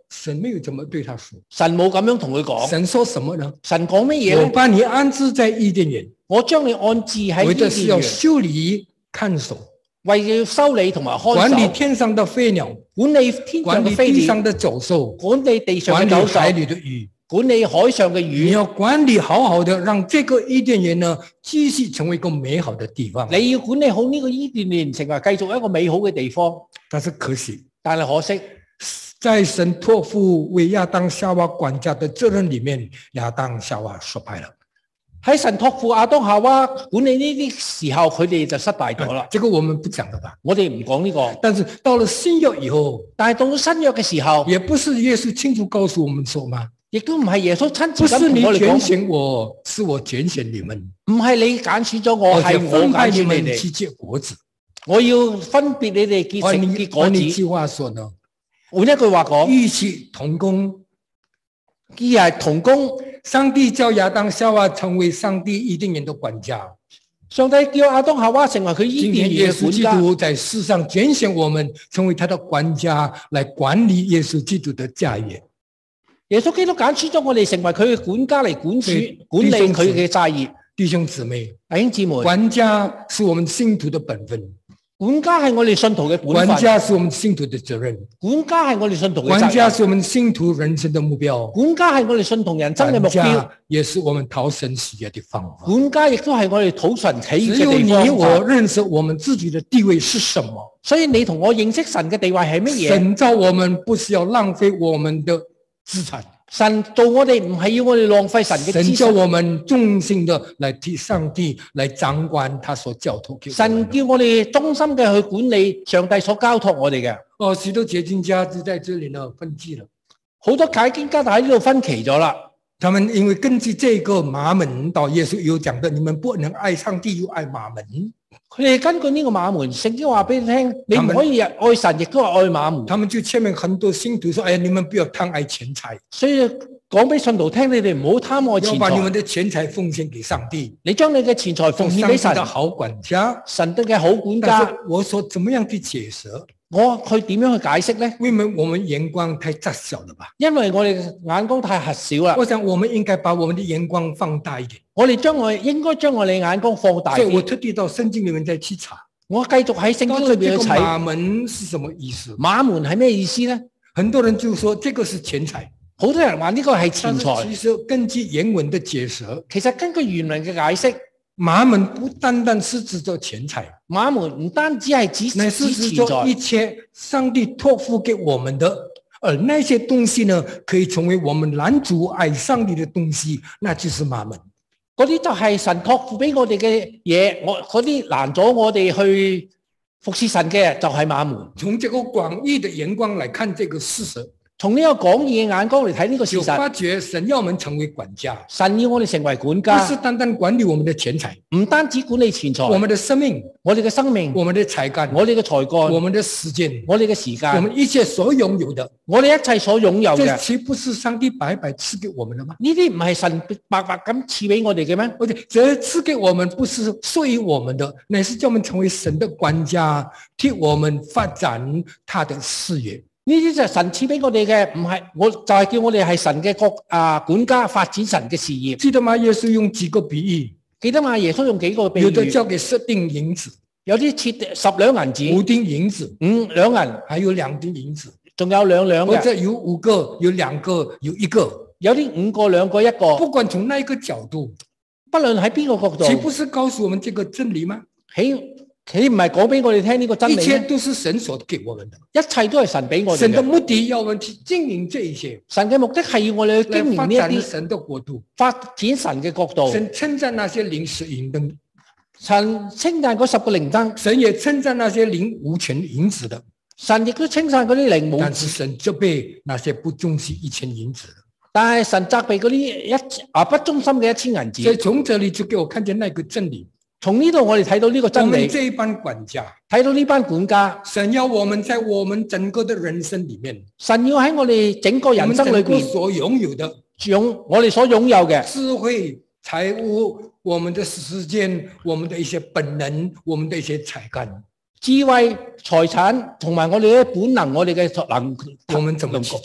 神没有怎么对他說。 神冇咁樣同佢講。 神說什麼呢？ 神講乜嘢我咧？ 把你安置在伊甸園， 我將你安置喺為的是要伊甸園， 修理看守， 為要修理同埋管理看守， 天上的飛鳥， 管理天管理上嘅飛鳥， 地上的走獸， 管理地上管理嘅走海獸， 裏的魚。 管理海上嘅你魚。 要管理好好的，讓這個伊甸園呢繼續成為一個美好的地方。 你要管理好呢個伊甸園，成為繼續一個美好嘅地方。 但是可惜， 但係可惜， 在神託付為亞當夏娃管家的責任裏面，亞當夏娃失敗了。 喺神託付亞當夏娃管理呢啲時候，佢哋就失敗咗啦。 這個我們不講的吧？ 我哋唔講呢個， 但是到了新約以後， 但係到咗新約嘅時候， 也不是耶穌清楚告訴我們說嗎？ 亦都唔係耶穌親自不是你咁同我哋講， 揀選我，是我揀選你們， 唔係你揀選咗我，係我分派揀選你你們哋。 去結果子。 我要分別你哋結成結果子。 換一句話說呢， 換一句話講， 與其同工， 既係同工， 上帝叫亞當夏娃成為上帝伊甸園的管家。 上帝叫亞當夏娃成為佢伊今甸園天耶穌嘅管家。 基督在世上揀選我們成為他的管家，來管理耶穌基督的家業。 耶穌基督揀選咗我哋成為佢嘅管家嚟管理佢嘅債業。 弟兄姊妹， 弟兄姊妹， 管家是我們信徒的本分， 管家係我哋信徒嘅本管分， 家是我們信徒的責任， 管家係我哋信徒嘅管責任， 家是我們信徒人生的目標， 管家係我哋信徒人生嘅目管標， 家也是我們討神喜悅的方法。 管家亦都係我哋討神喜悅只有你嘅地方。 我認識我們自己的地位是什麼。 所以你同我認識神嘅地位係乜嘢？ 神造我們不是要浪費我們的資產， 神做我哋唔係要我哋浪費神嘅神資產。 叫我們忠心的來替上帝來掌管他所交託給我們的。 神叫我哋忠心嘅去管理上帝所交託我哋嘅。 許多解經家就在這裏呢分歧了。 好多解經家就喺呢度分歧咗啦。 他們因為根據這個馬門道，耶穌有講的，你們不能愛上帝又愛馬門。 佢哋根據呢個馬門，聖經話俾你聽，你唔可以愛神，亦都係愛馬門。 他們就勸勉很多信徒說：哎呀，你們不要貪愛錢財， 所以講俾信徒聽，你哋唔好貪愛錢要把你們財， 的錢財奉獻給上帝， 你將你嘅錢財奉獻俾神上帝的，好管家。 神嘅好管但是家。 我說怎麼樣去解釋？ 我去點樣去解釋呢？ 因為我們眼光太窄小了吧？ 因為我哋眼光太狹小啦。 我想我們應該把我們的眼光放大一點。 我哋應該將我哋眼光放大所以我啲。 特地到聖經裏面再去查， 我繼續喺聖經裏邊去到底這個睇馬門是什麼意思？ 馬門係咩意思呢？ 很多人就說這個是錢財， 好多人話呢個係錢但是財， 其實根據原文的解釋， 其實根據原文嘅解釋， 馬門不單單是指着錢財， 馬門唔單止係指乃是指着錢財， 一切上帝託付給我們的，而那些東西呢，可以成為我們攔阻愛上帝的東西，那就是馬門。 嗰啲就係神託付俾我哋嘅嘢，嗰啲攔咗我哋去服侍神嘅就係馬門。 從這個廣義的眼光來看這個事實， 從呢個廣義嘅眼光嚟睇呢個事就發實， 覺神要我們成為管家， 神要我哋成為管不是家， 單單管理我們的錢財， 唔單止管理錢財， 我們的生命， 我哋嘅生命， 我們的才幹， 我哋嘅才我幹， 們的時間， 我哋嘅時我間， 們一切所擁有的， 我哋一切所擁有這嘅， 豈不是上帝白白賜給我們的嗎？ 呢啲唔係神白白咁賜俾我哋嘅咩？ 而且這賜給我們不是屬於我們的，乃是叫我們成為神的管家，替我們發展他的事業。 呢啲就係神賜俾我哋嘅，唔係我就係叫我哋係神嘅管家，發展神嘅事業。 記得嗎？耶穌用幾個比喻， 記得嘛？耶穌用幾個比有的喻， 交給10錠銀子， 有啲設10兩銀子， 5錠銀子， 5兩銀， 還有2錠銀子， 仲有兩兩嘅， 或者有5個，有2個，有1個。 有啲5個2個1個， 不管從那一個角度， 不論喺邊個角度， 豈不是告訴我們這個真理嗎？ 豈唔係講俾我哋聽呢個真一切理咩？ 都是神所給我們的， 一切都係神俾我哋神的嘅。 目的要我們去經營這一些， 神嘅目的係要我哋去來發經營呢一啲， 展神的國度。 發展神嘅國度。 神稱讚那些領十銀燈， 神稱讚嗰10個靈燈， 神也稱讚那些領5錢銀子的， 神亦都稱讚嗰啲靈母， 但是神責備那些不忠心1錢銀子的。 但係神責備嗰啲不忠心嘅1000銀子。 所以從這裏就給我看見那個真理。 從呢度我哋睇到呢個我真理們，這一班管家， 睇到呢班管家， 神要我們在我們整個的人生裏面， 神要喺我哋整個人生裏我們整個邊所擁有的我哋所擁有嘅智慧、財物、我們的時間、我們的一些本能、我們的一些才幹， 智慧、財產同埋我哋嘅本能，我哋嘅能， 我們怎麼去處理？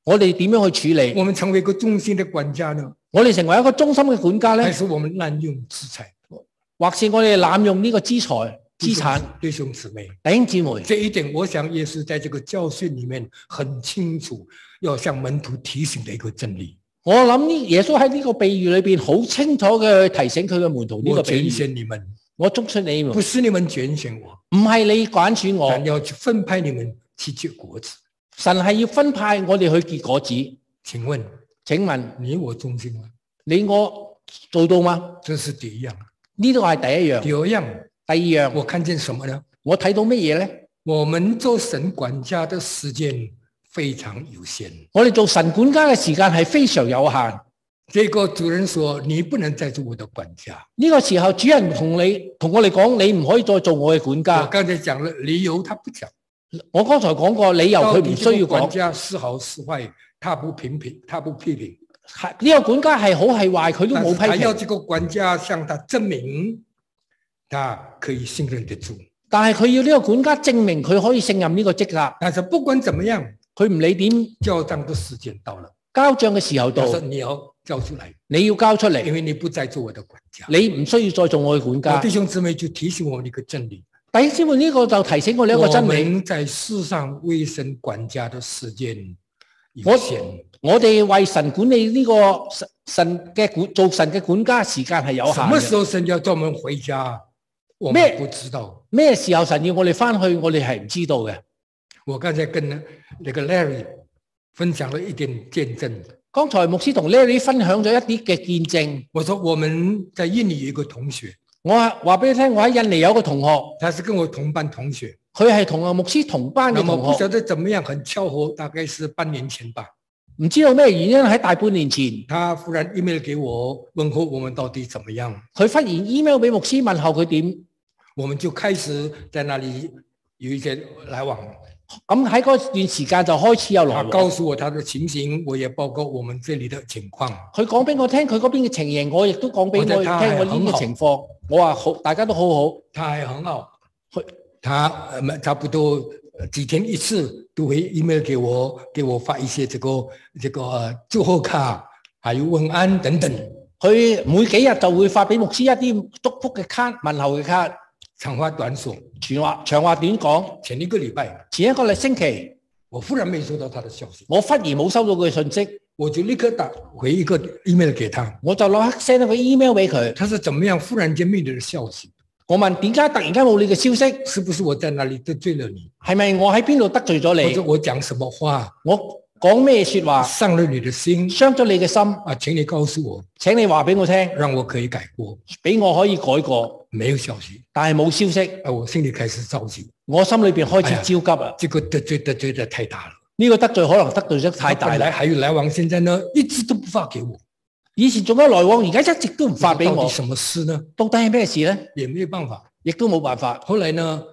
我哋點樣去處理？ 我們成為一個忠心的管家呢？ 我哋成為一個忠心嘅管家咧， 還是我們濫用資財？ 或是我哋濫用呢個資產？ 弟兄姊妹， 弟兄姊妹， 這一點我想耶穌在這個教訓裏面很清楚，要向門徒提醒的一個真理。 我諗耶穌喺呢個比喻裏邊好清楚嘅提醒佢嘅門徒呢個比喻。 我揀選你們， 我祝出你們， 不是你們揀選我， 唔係你揀選我， 但要去分派你們去結果子。 神係要分派我哋去結果子。 請問你我忠心嗎？ 你我做到嗎？ 這是第一樣。 呢度係第一樣。第二樣， 我看見什麼呢？ 我睇到乜嘢呢？ 我們做神管家的時間非常有限。 我哋做神管家嘅時間係非常有限。 這個主人說：你不能再做我的管家。 呢個時候，主人同我哋講，你唔可以再做我嘅管家。 我剛才講了理由，他不講。 我剛才講過理由，佢唔需要講。 管家是好是壞，他不批評。 呢個管家係好係壞，佢都冇批評。 他要這個管家向他證明，他可以信任得住。 但係佢要呢個管家證明佢可以勝任呢個職責。 但是不管怎麼樣， 佢唔理點， 交賬的時間到了， 交賬嘅時候到， 你要交出來， 你要交出嚟， 因為你不再做我的管家， 你唔需要再做我嘅管家。 弟兄姊妹就提醒我們一個真理。 弟兄姊妹，呢個就提醒我哋一個真理。 我們在世上為神管家的時間有限。 我哋為神管理呢個做神嘅管家時間係有限嘅。 什麼時候神要叫我們回家？我們不知道。 咩時候神要我哋翻去？我哋係唔知道嘅。 我剛才跟那個 Larry 分享了一點見證。 剛才牧師同 Larry 分享咗一啲嘅見證。 我說我們在印尼有一個同學。 我話俾你聽，我喺印尼有一個同學， 他是跟我同班同學。 佢係同牧師同班嘅同學。 不曉得怎麼樣，很巧合，大概是半年前吧。 唔知道咩原因喺大半年前， 他忽然 email 給我問候我們到底怎麼樣。 佢忽然 email 俾牧師問候佢點， 我們就開始在那裡有一些來往。 咁喺嗰段時間就開始有來往。 他告訴我他的情形，我也報告我們這裡的情況。佢講俾我聽佢嗰邊嘅情形，我亦都講俾我聽我呢邊嘅情況。我話好，大家都好好。 他還很好，他差不多幾天一次都會 email 給我發一些這個祝賀卡，還有問安等等。 佢每幾日就會發俾牧師一啲祝福嘅卡、問候嘅卡。 長話短說， 長話短講。 前一個禮拜， 前一個星期， 我忽然沒收到他的消息。 我忽然冇收到佢嘅信息， 我就立刻打回一個 email 給他。 我就立刻 send 個 email 俾佢。 他說怎麼樣？忽然間沒你的消息。 我問點解突然間冇你嘅消息？ 是不是我在哪裡得罪了你？ 係咪我喺邊度得罪咗你？ 或者我講什麼話？ 我講咩說話？ 傷了你的心， 傷咗你嘅心啊！請你告訴我， 請你話俾我聽， 讓我可以改過， 俾我可以改過。 沒有消息， 但係冇消息， 我心裡開始着急， 我心裏邊開始焦急啊！ 這個得罪得太大了， 呢個得罪可能得罪得太大啦。 本來還有來往，現在呢一直都不發給我。 以前仲有來往，而家一直都唔發俾我。 到底什麼事呢？ 到底係咩事呢？ 也沒有辦法， 亦都冇辦法。 後來呢，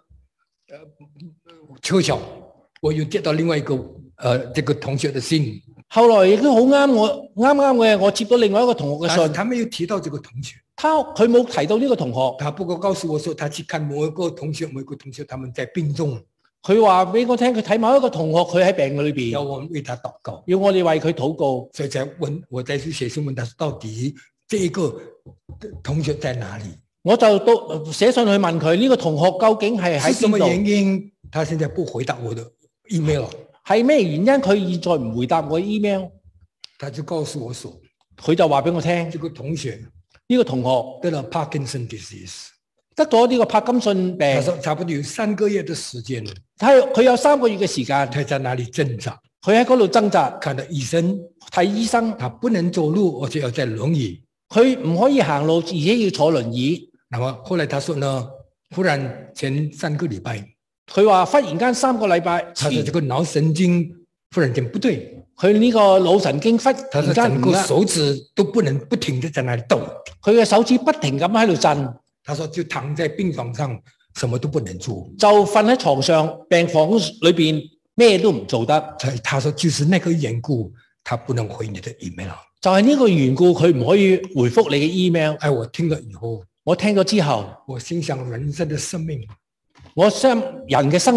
湊巧我又接到另外一個這個同學的信。 後來亦都好啱嘅，我接到另外一個同學嘅信。 但是他沒有提到這個同學， 佢冇提到呢個同學。 他不過告訴我說，他去看某一個同學，他們在病中。 佢話俾我聽，佢睇某一個同學，佢喺病裏邊， 要我們為他禱告， 要我哋為佢禱告。 所以才問，我再去寫信問他，到底這一個同學在哪裡？我就到寫信去問佢，呢個同學究竟係喺邊度？ 是什麼原因？他現在不回答我的 email。 係咩原因？佢現在唔回答我 email， 他就告訴我說， 佢就話俾我聽， 這個同學得了 Parkinson disease， 得咗呢個帕金遜病。 他說差不多有3個月的時間， 佢有3個月嘅時間， 他在那裡掙扎， 佢喺嗰度掙扎， 看到醫生， 睇醫生， 他不能走路，而且要在輪椅， 佢唔可以行路，而且要坐輪椅。 那麼後來他說呢，忽然前3個禮拜。 佢話忽然間3個禮拜， 他說這個腦神經忽然間不對， 佢呢個腦神經忽然間唔得， 手指都不能不停地在那裡動， 佢嘅手指不停咁喺度震。 他說就躺在病床上，什麼都不能做， 就瞓喺床上，病房裏邊咩都唔做得。 他說就是那個緣故，他不能回你的 email， 就係呢個緣故，佢唔可以回覆你嘅 email。 我聽了以後， 我聽咗之後， 我心想人生的生命。 我想人嘅生命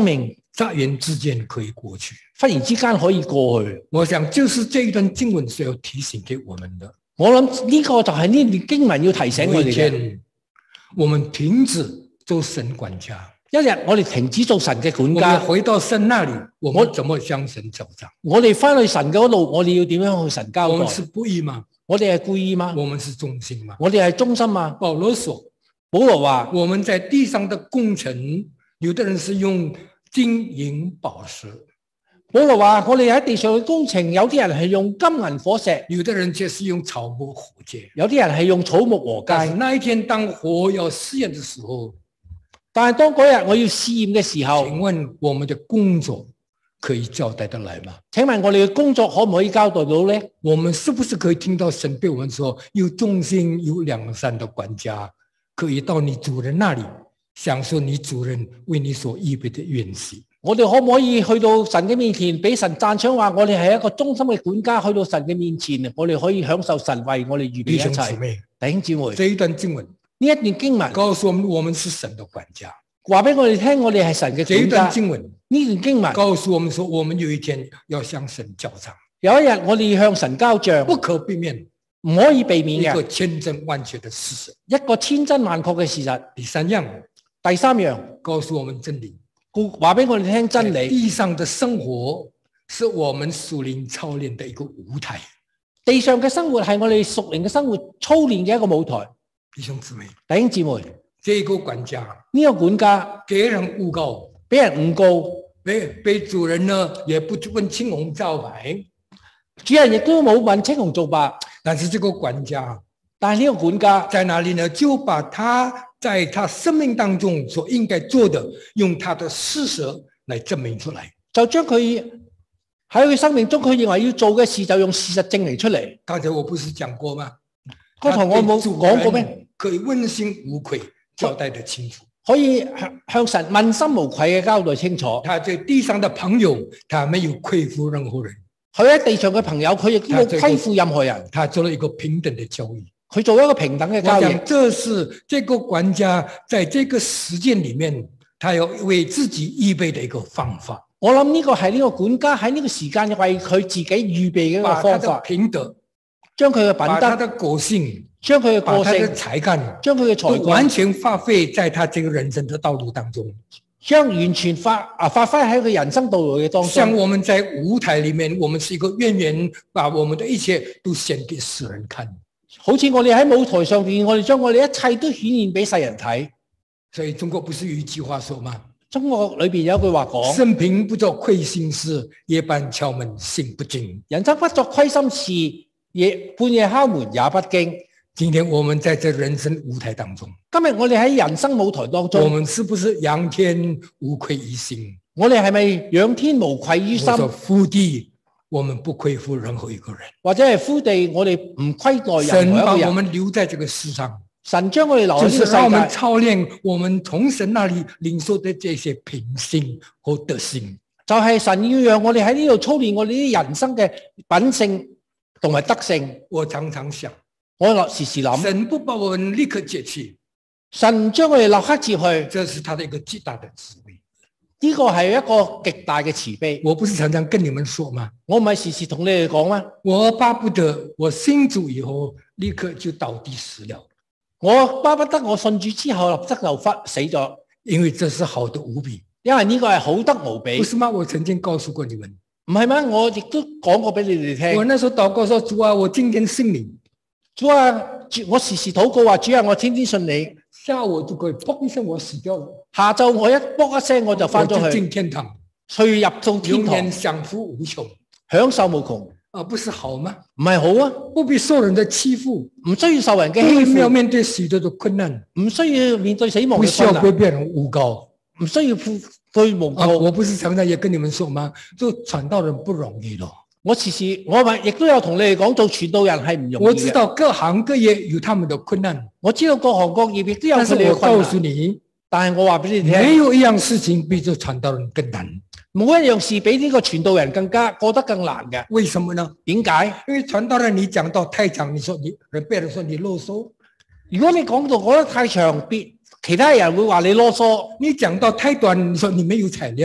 乍然之間可以過去。 忽然之間可以過去。 我想就是這一段經文是要提醒給我們的。 我諗呢個就係呢段經文要提醒我哋嘅。 我們停止做神管家， 一日我哋停止做神嘅管家， 我們回到神那裡，我們怎麼向神交賬？ 我哋翻去神嗰度，我哋要點樣去神交代？ 我們是故意嗎？ 我哋係故意嗎？ 我們是忠心嗎？ 我哋係忠心嗎？ 保羅說， 保羅話， 我們在地上的工程，有的人是用金銀寶石。 保羅話，我哋喺地上嘅工程，有啲人係用金銀火石， 有的人卻是用草木火秸， 有啲人係用草木禾秸。 那一天當火要試驗的時候， 但係當嗰日我要試驗嘅時候， 請問我們的工作可以交代得來嗎？ 請問我哋嘅工作可唔可以交代到呢？ 我們是不是可以聽到神對我們說，有忠心有良善的管家，可以到你主人那裡享受你主人為你所預備的宴席？ 我哋可唔可以去到神嘅面前，俾神讚賞話我哋係一個忠心嘅管家，去到神嘅面前，我哋可以享受神為我哋預備一切。弟兄姊妹， 這一段經文， 呢一段經文告訴我們，我們是神的管家。 話俾我哋聽，我哋係神嘅管家。 這一段經文， 呢段經文告訴我們說，我們有一天要向神交賬。 有一日我哋要向神交賬， 不可避免， 唔可以避免嘅， 一個千真萬確的事實， 一個千真萬確嘅事實。 第三樣，告訴我們真理。 話俾我哋聽真理。 地上的生活是我們屬靈操練的一個舞台。 地上嘅生活係我哋屬靈嘅生活操練嘅一個舞台。 弟兄姊妹，這個管家， 呢個管家給人誣告， 俾人誣告， 被主人呢也不問青紅皂白， 主人亦都冇問青紅皂白。 但是這個管家， 呢個管家在哪裡呢？就把他在他生命當中所應該做的，用他的事實來證明出來。 就將佢喺佢生命中佢認為要做嘅事，就用事實證明出嚟。 剛才我不是講過嗎？ 剛才我冇講過咩？ 可以問心無愧交代得清楚， 可以向神問心無愧嘅交代清楚。 他在地上的朋友，他沒有虧負任何人。 佢喺地上嘅朋友，佢亦都冇虧負任何人。 他做了一個平等的交易。 佢做一個平等嘅交易。 這是這個管家在這個時間裡面，他要為自己預備的一個方法。 我諗呢個係呢個管家喺呢個時間為佢自己預備嘅一個方法。 把他的品德， 將佢嘅品德， 把他的個性， 將佢嘅個性， 把他的才幹， 將佢嘅才幹完全發揮在他這個人生的道路當中。 將完全發揮喺佢人生道路嘅當中。 像我們在舞台裡面，我們是一個演員，把我們的一切都顯給世人看。 好似我哋喺舞台上邊，我哋將我哋一切都顯現俾世人睇。 所以中國不是有一句話說嗎？ 中國裏邊有一句話講： 生平不作虧心事，夜半敲門心不驚。 人生不作虧心事，半夜敲門也不驚。 今天我們在這人生舞台當中， 今日我哋喺人生舞台當中， 我們是不是仰天無愧於心？ 我哋係咪仰天無愧於心？ 負地，我們不虧負任何一個人， 或者係負地，我哋唔虧待任何一個人。 神把我們留在這個世上， 神將我哋留喺呢個世界， 就是讓我們操練我們從神那裡領受的這些品性和德性。 就係神要讓我哋喺呢度操練我哋啲人生嘅品性同埋德性。 我常常想， 我時時諗， 神不把我們立刻接去， 神將我哋立刻接去， 這是他的一個極大的智慧。 呢個係一個極大嘅慈悲。 我不是常常跟你們說嗎？ 我唔係時時同你哋講咩？ 我巴不得我信主以後立刻就倒地死了。 我巴不得我信主之後立即就死咗， 因為這是好得無比。 因為呢個係好得無比。 不是嗎？我曾經告訴過你們， 唔係咩？我亦都講過俾你哋聽。 我那時候禱告說：主啊，我今天信你。 主啊，我時時禱告話：主啊，我天天信你。 下午就可以卜一聲，我死掉了。 下晝我一卜一聲，我就翻咗去。 進天堂， 去入到天堂， 永遠享福無窮， 享受無窮。 啊，不是好嗎？ 唔係好啊， 不必受人的欺負， 唔需要受人嘅欺負， 要面對許多的困難， 唔需要面對死亡嘅困難， 不需要被別人誣告， 唔需要去誣告。 我不是常常也跟你們說嗎？做傳道人不容易咯。 我亦都有同你哋講，做傳道人係唔容易嘅。 我知道各行各業有他們的困難， 我知道各行各業亦都有佢哋嘅困難。但是我告訴你，但係我話俾你聽， 沒有一樣事情比做傳道人更難。 冇一樣事比呢個傳道人更加過得更難嘅。 為什麼呢？ 點解？ 因為傳道人你講到太長，你說別人說你囉嗦。 如果你講得太長，其他人會話你囉嗦。 你講到太短，你說你沒有材料。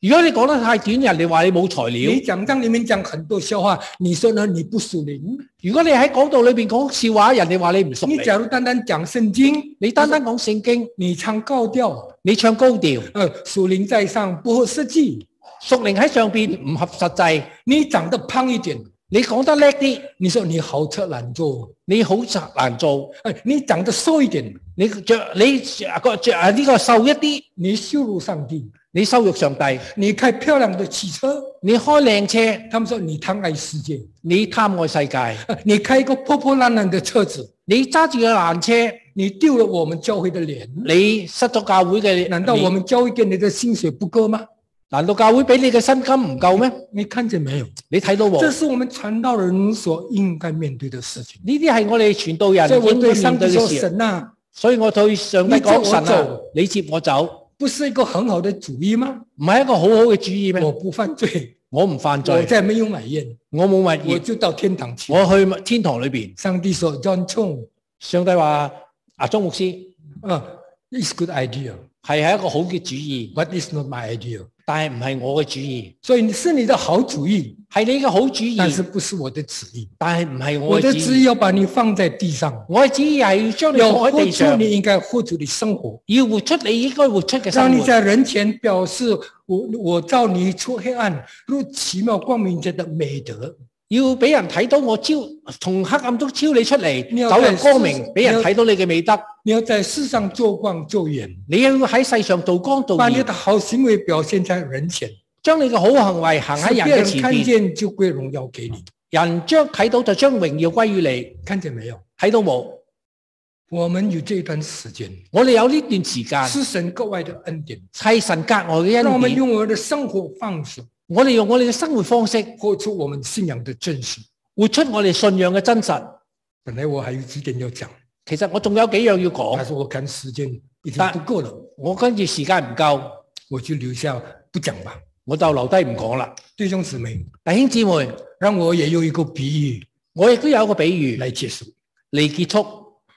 如果你講得太短，人哋話你冇材料。 你講章裏面講很多笑話，你說呢？你不屬靈。 如果你喺講道裏邊講笑話，人哋話你唔屬靈。 你假如單單講聖經， 你單單講聖經， 你唱高調， 你唱高調， 屬靈在上不合實際， 屬靈喺上邊唔合實際。 你長得胖一點， 你講得叻啲， 你說你豪車難做， 你好難做。 你長得瘦一點， 你着呢個瘦一啲， 你羞辱上帝。 你羞辱上帝， 你開漂亮的汽車， 你開靚車， 他們說你貪愛世界， 你貪愛世界。 你開一個破破爛爛的車子， 你揸住個爛車， 你丟了我們教會的臉， 你失咗教會嘅。 難道我們教會給你的薪水不夠嗎？ 難道教會俾你嘅薪金唔夠咩？ 你看見沒有？ 你睇到冇？ 這是我們傳道人所應該面對的事情。 呢啲係我哋傳道人應該面對嘅事。 神啊， 所以我對上帝講：神啊，你接我走。 不是一個很好的主意嗎？ 唔係一個好好嘅主意咩？ 我不犯罪， 我唔犯罪， 我再沒有埋怨， 我冇埋怨， 我就到天堂去。 我去天堂裏邊。 上帝說 John Chong， 上帝話阿鐘牧師 ，it's good idea， 係一個好嘅主意 ，but it's not my idea， 但係唔係我嘅主意。 所以是你的好主意， 係你嘅好主意， 但是不是我的旨意， 但係唔係我的旨意要把你放在地上， 我嘅旨意係要將你放喺地上， 你應該活出你生活， 要活出你應該活出嘅生活， 讓你在人前表示我照你出黑暗入奇妙光明者的美德， 要俾人睇到我從黑暗中超你出嚟，走入光明，俾人睇到你嘅美德。 你要在世上做光做鹽， 你要喺世上做光做鹽， 把你的好行為表現在人前， 將你嘅好行為行喺人嘅前面， 看見就歸榮耀給你， 人將睇到就將榮耀歸於你。 看見沒有？ 睇到冇？ 我們有這段時間， 我哋有呢段時間， 是神格外的恩典， 係神格外嘅恩典。 讓我們用我們的生活方式， 我哋用我哋嘅生活方式， 活出我們信仰的真實， 活出我哋信仰嘅真實。 本來我還有幾點要講， 其實我仲有幾樣要講， 但是我看時間已經不夠了， 我跟住時間唔夠， 我就留下不講吧， 我就留低唔講啦。 弟兄姊妹， 弟兄姊妹， 讓我也有一個比喻， 我亦都有一個比喻來結束， 嚟結束。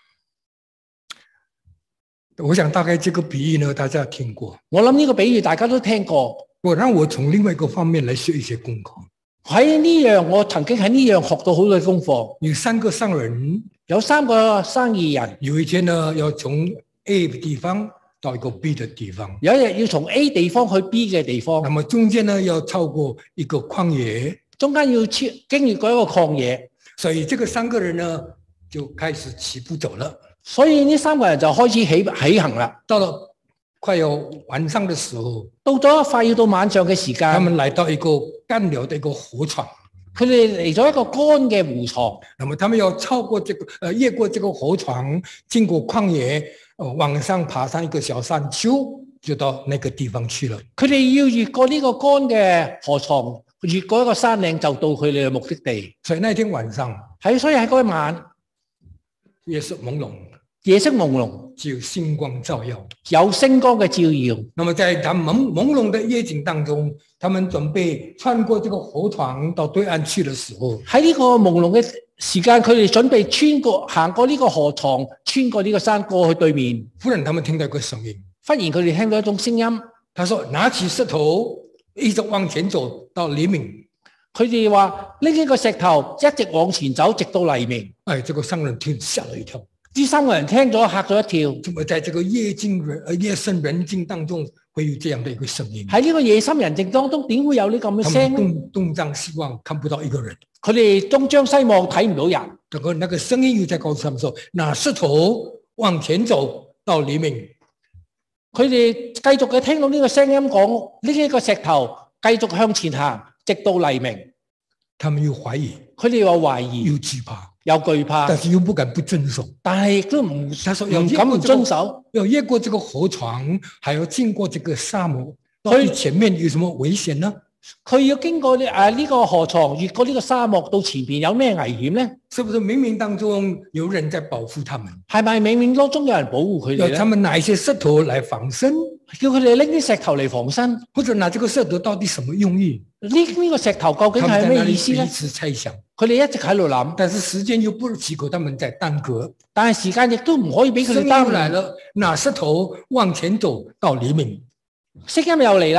我想大概這個比喻呢，大家聽過。 我諗呢個比喻大家都聽過。 讓我從另外一個方面來學一些功課。 喺呢樣，我曾經喺呢樣學到好多功課。 有三個商人， 有三個生意人。 有一天呢，要從 A 地方到一個 B 的地方。 有一日要從 A 地方去 B 嘅地方。 那麼中間呢，要超過一個曠野， 中間要經越過一個曠野。所以這個三個人呢，就開始起步走了。 所以呢三個人就開始起行啦。 到了快要晚上的時候， 到咗快要到晚上嘅時間， 他們來到一個乾了的一個河床。 佢哋嚟咗一個乾嘅湖床。 那麼他們要超過這個越過這個河床，經過曠野，往上爬上一個小山丘，就到那個地方去了。 佢哋要越過呢個乾嘅河床，越過一個山嶺，就到佢哋嘅目的地。 所以那天晚上， 所以喺嗰一晚， 夜色朦朧。 夜色朦朧， 只有星光照耀， 有星光嘅照耀。 那麼在他們朦朧的夜景當中，他們準備穿過這個河床到對岸去的時候， 喺呢個朦朧嘅時間，佢哋準備行過呢個河床，穿過呢個山過去對面。 忽然他們聽到一個聲音， 忽然佢哋聽到一種聲音， 他說：拿起石頭，一直往前走到黎明。 佢哋話拎起個石頭，一直往前走，直到黎明。 哎，這個商人聽嚇了一跳。 呢三個人聽咗嚇咗一跳。 怎麼在這個夜深人靜當中會有這樣的一個聲音？ 喺呢個夜深人靜當中，點會有呢咁嘅聲？ 他們東張西望，看不到一個人。 佢哋東張西望，睇唔到人。 那個聲音又在告訴他們說：拿石頭往前走到黎明。 佢哋繼續嘅聽到呢個聲音講，拎起個石頭繼續向前行，直到黎明。 他們又懷疑， 佢哋又懷疑， 又懼怕。 又懼怕， 但是又不敢不遵守。 但係亦都唔敢唔遵守。 要越過這個河床，還要經過這個沙漠，到底前面有什麼危險呢？ 佢要經過呢個河床，越過呢個沙漠，到前邊有咩危險呢？ 是不是冥冥當中有人在保護他們？ 係咪冥冥當中有人保護佢哋咧？ 要他們拿一些石頭來防身， 叫佢哋拎啲石頭嚟防身， 或者拿這個石頭到底什麼用意？ 呢個石頭究竟係咩意思咧？ 彼此猜想， 佢哋一直喺度諗， 但是時間又不許可他們在耽擱。 但係時間亦都唔可以俾佢哋耽誤。 來了，拿石頭往前走到黎明。 聲音又嚟啦，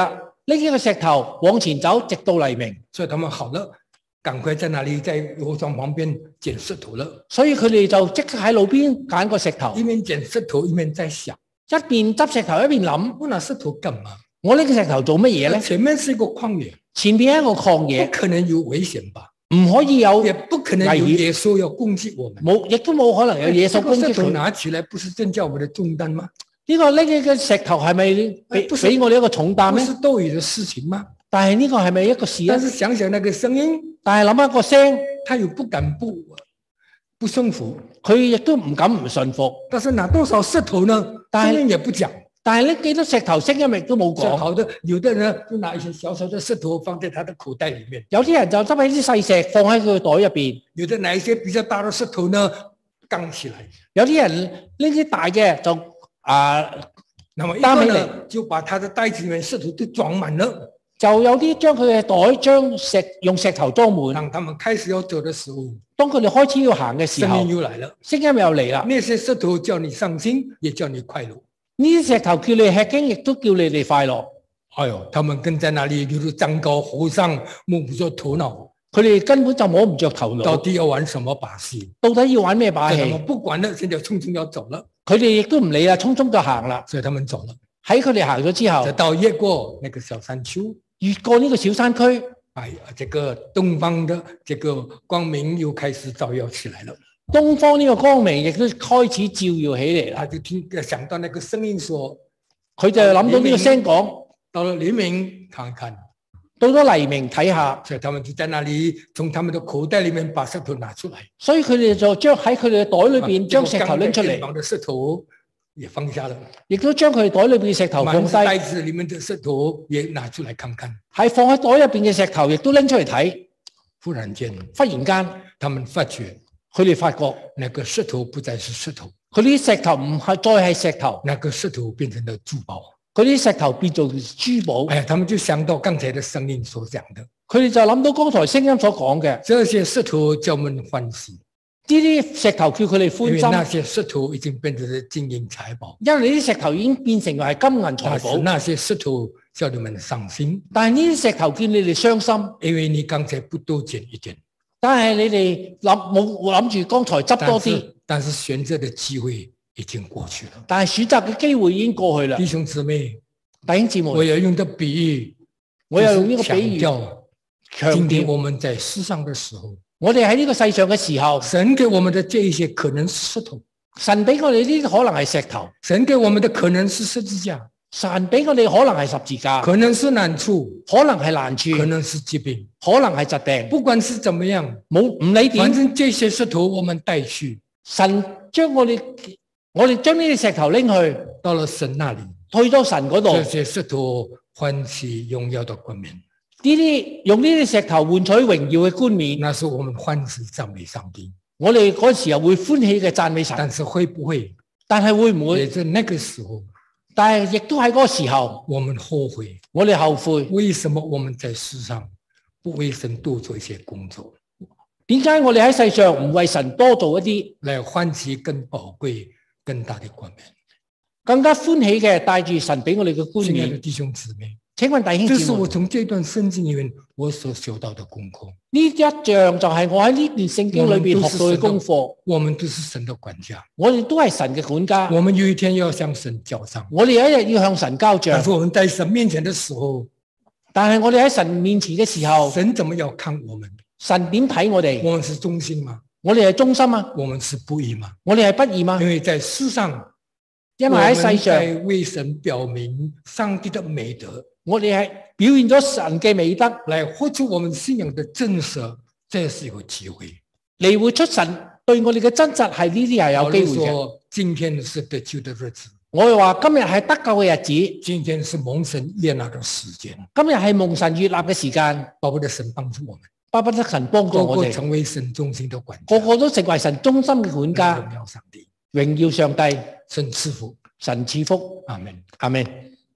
拎起個石頭往前走，直到黎明。 所以他們好了，趕快在那裡在路上旁邊撿石頭了。 所以佢哋就即刻喺路邊揀個石頭， 一面撿石頭一面在想， 一邊執石頭一邊諗： 我拿石頭幹嘛？ 我呢個石頭做乜嘢咧？ 前面是一個曠野， 前邊係一個曠野， 不可能有危險吧？ 唔可以有， 也不可能有野獸要攻擊我們。 冇，亦都冇可能有野獸攻擊石頭佢。 拿起來不是增加我們的重擔嗎？ 呢個拎起嘅石頭係咪俾我哋一個重擔咧？ 不是多餘的事情嗎？ 但係呢個係咪一個事咧？ 但是想想那個聲音， 但係諗下個聲， 他又不敢不順服， 佢亦都唔敢唔順服。 但是拿多少石頭呢？聲音也不講。 但係呢幾多石頭聲音亦都冇講。 好的，有的人就拿一些小小的石頭放在他的口袋裏面， 有啲人就執起啲細石放喺佢個袋入邊。 有的拿一些比較大的石頭呢扛起來， 有啲人拎啲大嘅就那麼一個呢就把他的袋子裏面石頭都裝滿了。 就有啲將佢嘅袋用石頭裝滿。 當他們開始要走的時候， 當佢哋開始要行嘅時候， 聲音又來了， 聲音又嚟啦。 那些石頭叫你傷心，也叫你快樂。 呢啲石頭叫你吃驚，亦都叫你哋快樂。 哎呦，他們跟在那裡就是張高河上，摸不着頭腦。 佢哋根本就摸唔着頭腦。 到底要玩什麼把戲？ 到底要玩咩把戲？ 他們不管了，現在匆匆要走了。 佢哋亦都唔理啦，匆匆就行啦。 所以他們走了。 喺佢哋行咗之後， 直到越過那個小山丘， 越過呢個小山區， 哎呀，這個東方的這個光明又開始照耀起來了。 東方呢個光明亦都開始照耀起嚟啦。 他就想到那個聲音說， 佢就諗到呢個聲講， 到了黎明看看， 到咗黎明睇下。 所以他們就在那裡從他們的口袋裡面把石頭拿出來。 所以佢哋就將喺佢哋嘅袋裏邊將石頭拎出嚟。 剛的石頭也放下了， 亦都將佢袋裏邊嘅石頭放低。 袋子裡面的石頭也拿出來看看。 係放喺袋入邊嘅石頭，亦都拎出嚟睇。 忽然間，他們發覺， 佢哋發覺那個石頭不再是石頭， 佢啲石頭唔係再係石頭， 那個石頭變成了珠寶， 佢啲石頭變做珠寶。 哎呀，他們就想到剛才的聲音所講的， 佢哋就諗到剛才聲音所講嘅， 這些石頭叫我們歡喜。 呢啲石頭叫佢哋歡心， 因為那些石頭已經變成了金銀財寶， 因為呢啲石頭已經變成係金銀財寶。 那些石頭叫你們傷心， 但係呢啲石頭叫你哋傷心， 因為你剛才不多撿一點。 但係你哋冇諗住剛才執多啲， 但是選擇的機會已經過去了。 但係選擇嘅機會已經過去啦。 弟兄姊妹， 我要用的比喻， 我要用呢個比喻強調我們在世上的時候， 我哋喺呢個世上嘅時候， 神給我們的這一些可能是石頭， 神俾我哋呢啲可能係石頭， 神給我們的可能是十字架， 神俾我哋可能係十字架， 可能是難處， 可能係難處， 可能是疾病， 可能係疾病。 不管是怎麼樣， 唔理點， 反正這些石頭我們帶去， 神將我哋將呢啲石頭拎去， 到了神那裡， 去到神嗰度， 這些石頭歡喜榮耀的冠冕。 用呢啲石頭換取榮耀嘅冠冕， 那是我們歡喜讚美上帝。 我哋嗰時候會歡喜嘅讚美神。 但是會不會？ 但係會唔會？ 也在那個時候， 但係亦都喺嗰個時候， 我們後悔。 我哋後悔， 為什麼我們在世上不為神多做一些工作？ 點解我哋喺世上唔為神多做一啲， 來歡喜更寶貴、更大的冠冕， 更加歡喜嘅帶住神俾我哋嘅冠冕？ 親愛的弟兄姊妹， 請問弟兄姊妹， 這是我從這段聖經裏面我所學到的功課。 呢一樣就係我喺呢段聖經裏邊學到嘅功課。 我們都是神的管家， 我哋都係神嘅管家。 我們有一天要向神交賬， 我哋有一日要向神交賬。 但是我們在神面前的時候， 但係我哋喺神面前嘅時候， 神怎麼要看我們？ 神點睇我哋？ 我們是忠心嗎？ 我哋係忠心啊？ 我們是不義嗎？ 我哋係不義嗎？ 因為在世上， 因為喺世上， 我們在為神表明上帝的美德， 我哋係表現咗神嘅美德， 來活出我們信仰的真實，這是有機會。 嚟活出神對我哋嘅真實，係呢啲係有機會嘅。 今天是得救的日子， 我哋話今日係得救嘅日子， 今天是蒙神悅納的時間， 今日係蒙神悅納嘅時間， 巴不得神幫助我們， 巴不得神幫助我哋， 個個成為神忠心的管家， 個個都成為神忠心嘅管家， 榮耀上帝， 榮耀上帝， 神賜福， 神賜福， 阿們， 阿們。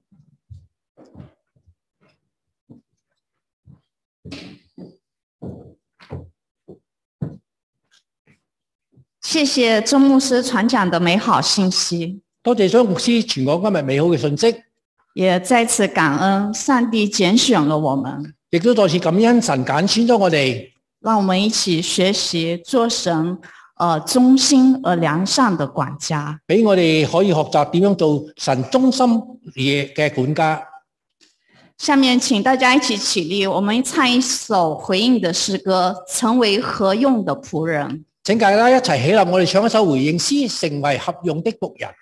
謝謝鍾牧師傳講的美好信息。 多謝鍾牧師傳講今日美好嘅信息。 也再次感恩上帝拣选了我们， 亦都再次感恩神揀選咗我哋， 让我們一起學習做神忠心而良善的管家。 俾我哋可以學習點樣做神忠心嘅管家。 下面請大家一起起立，我們唱一首回應的詩歌，成為合用的僕人。 請大家一齊起立，我哋唱一首回應詩，成為合用的僕人。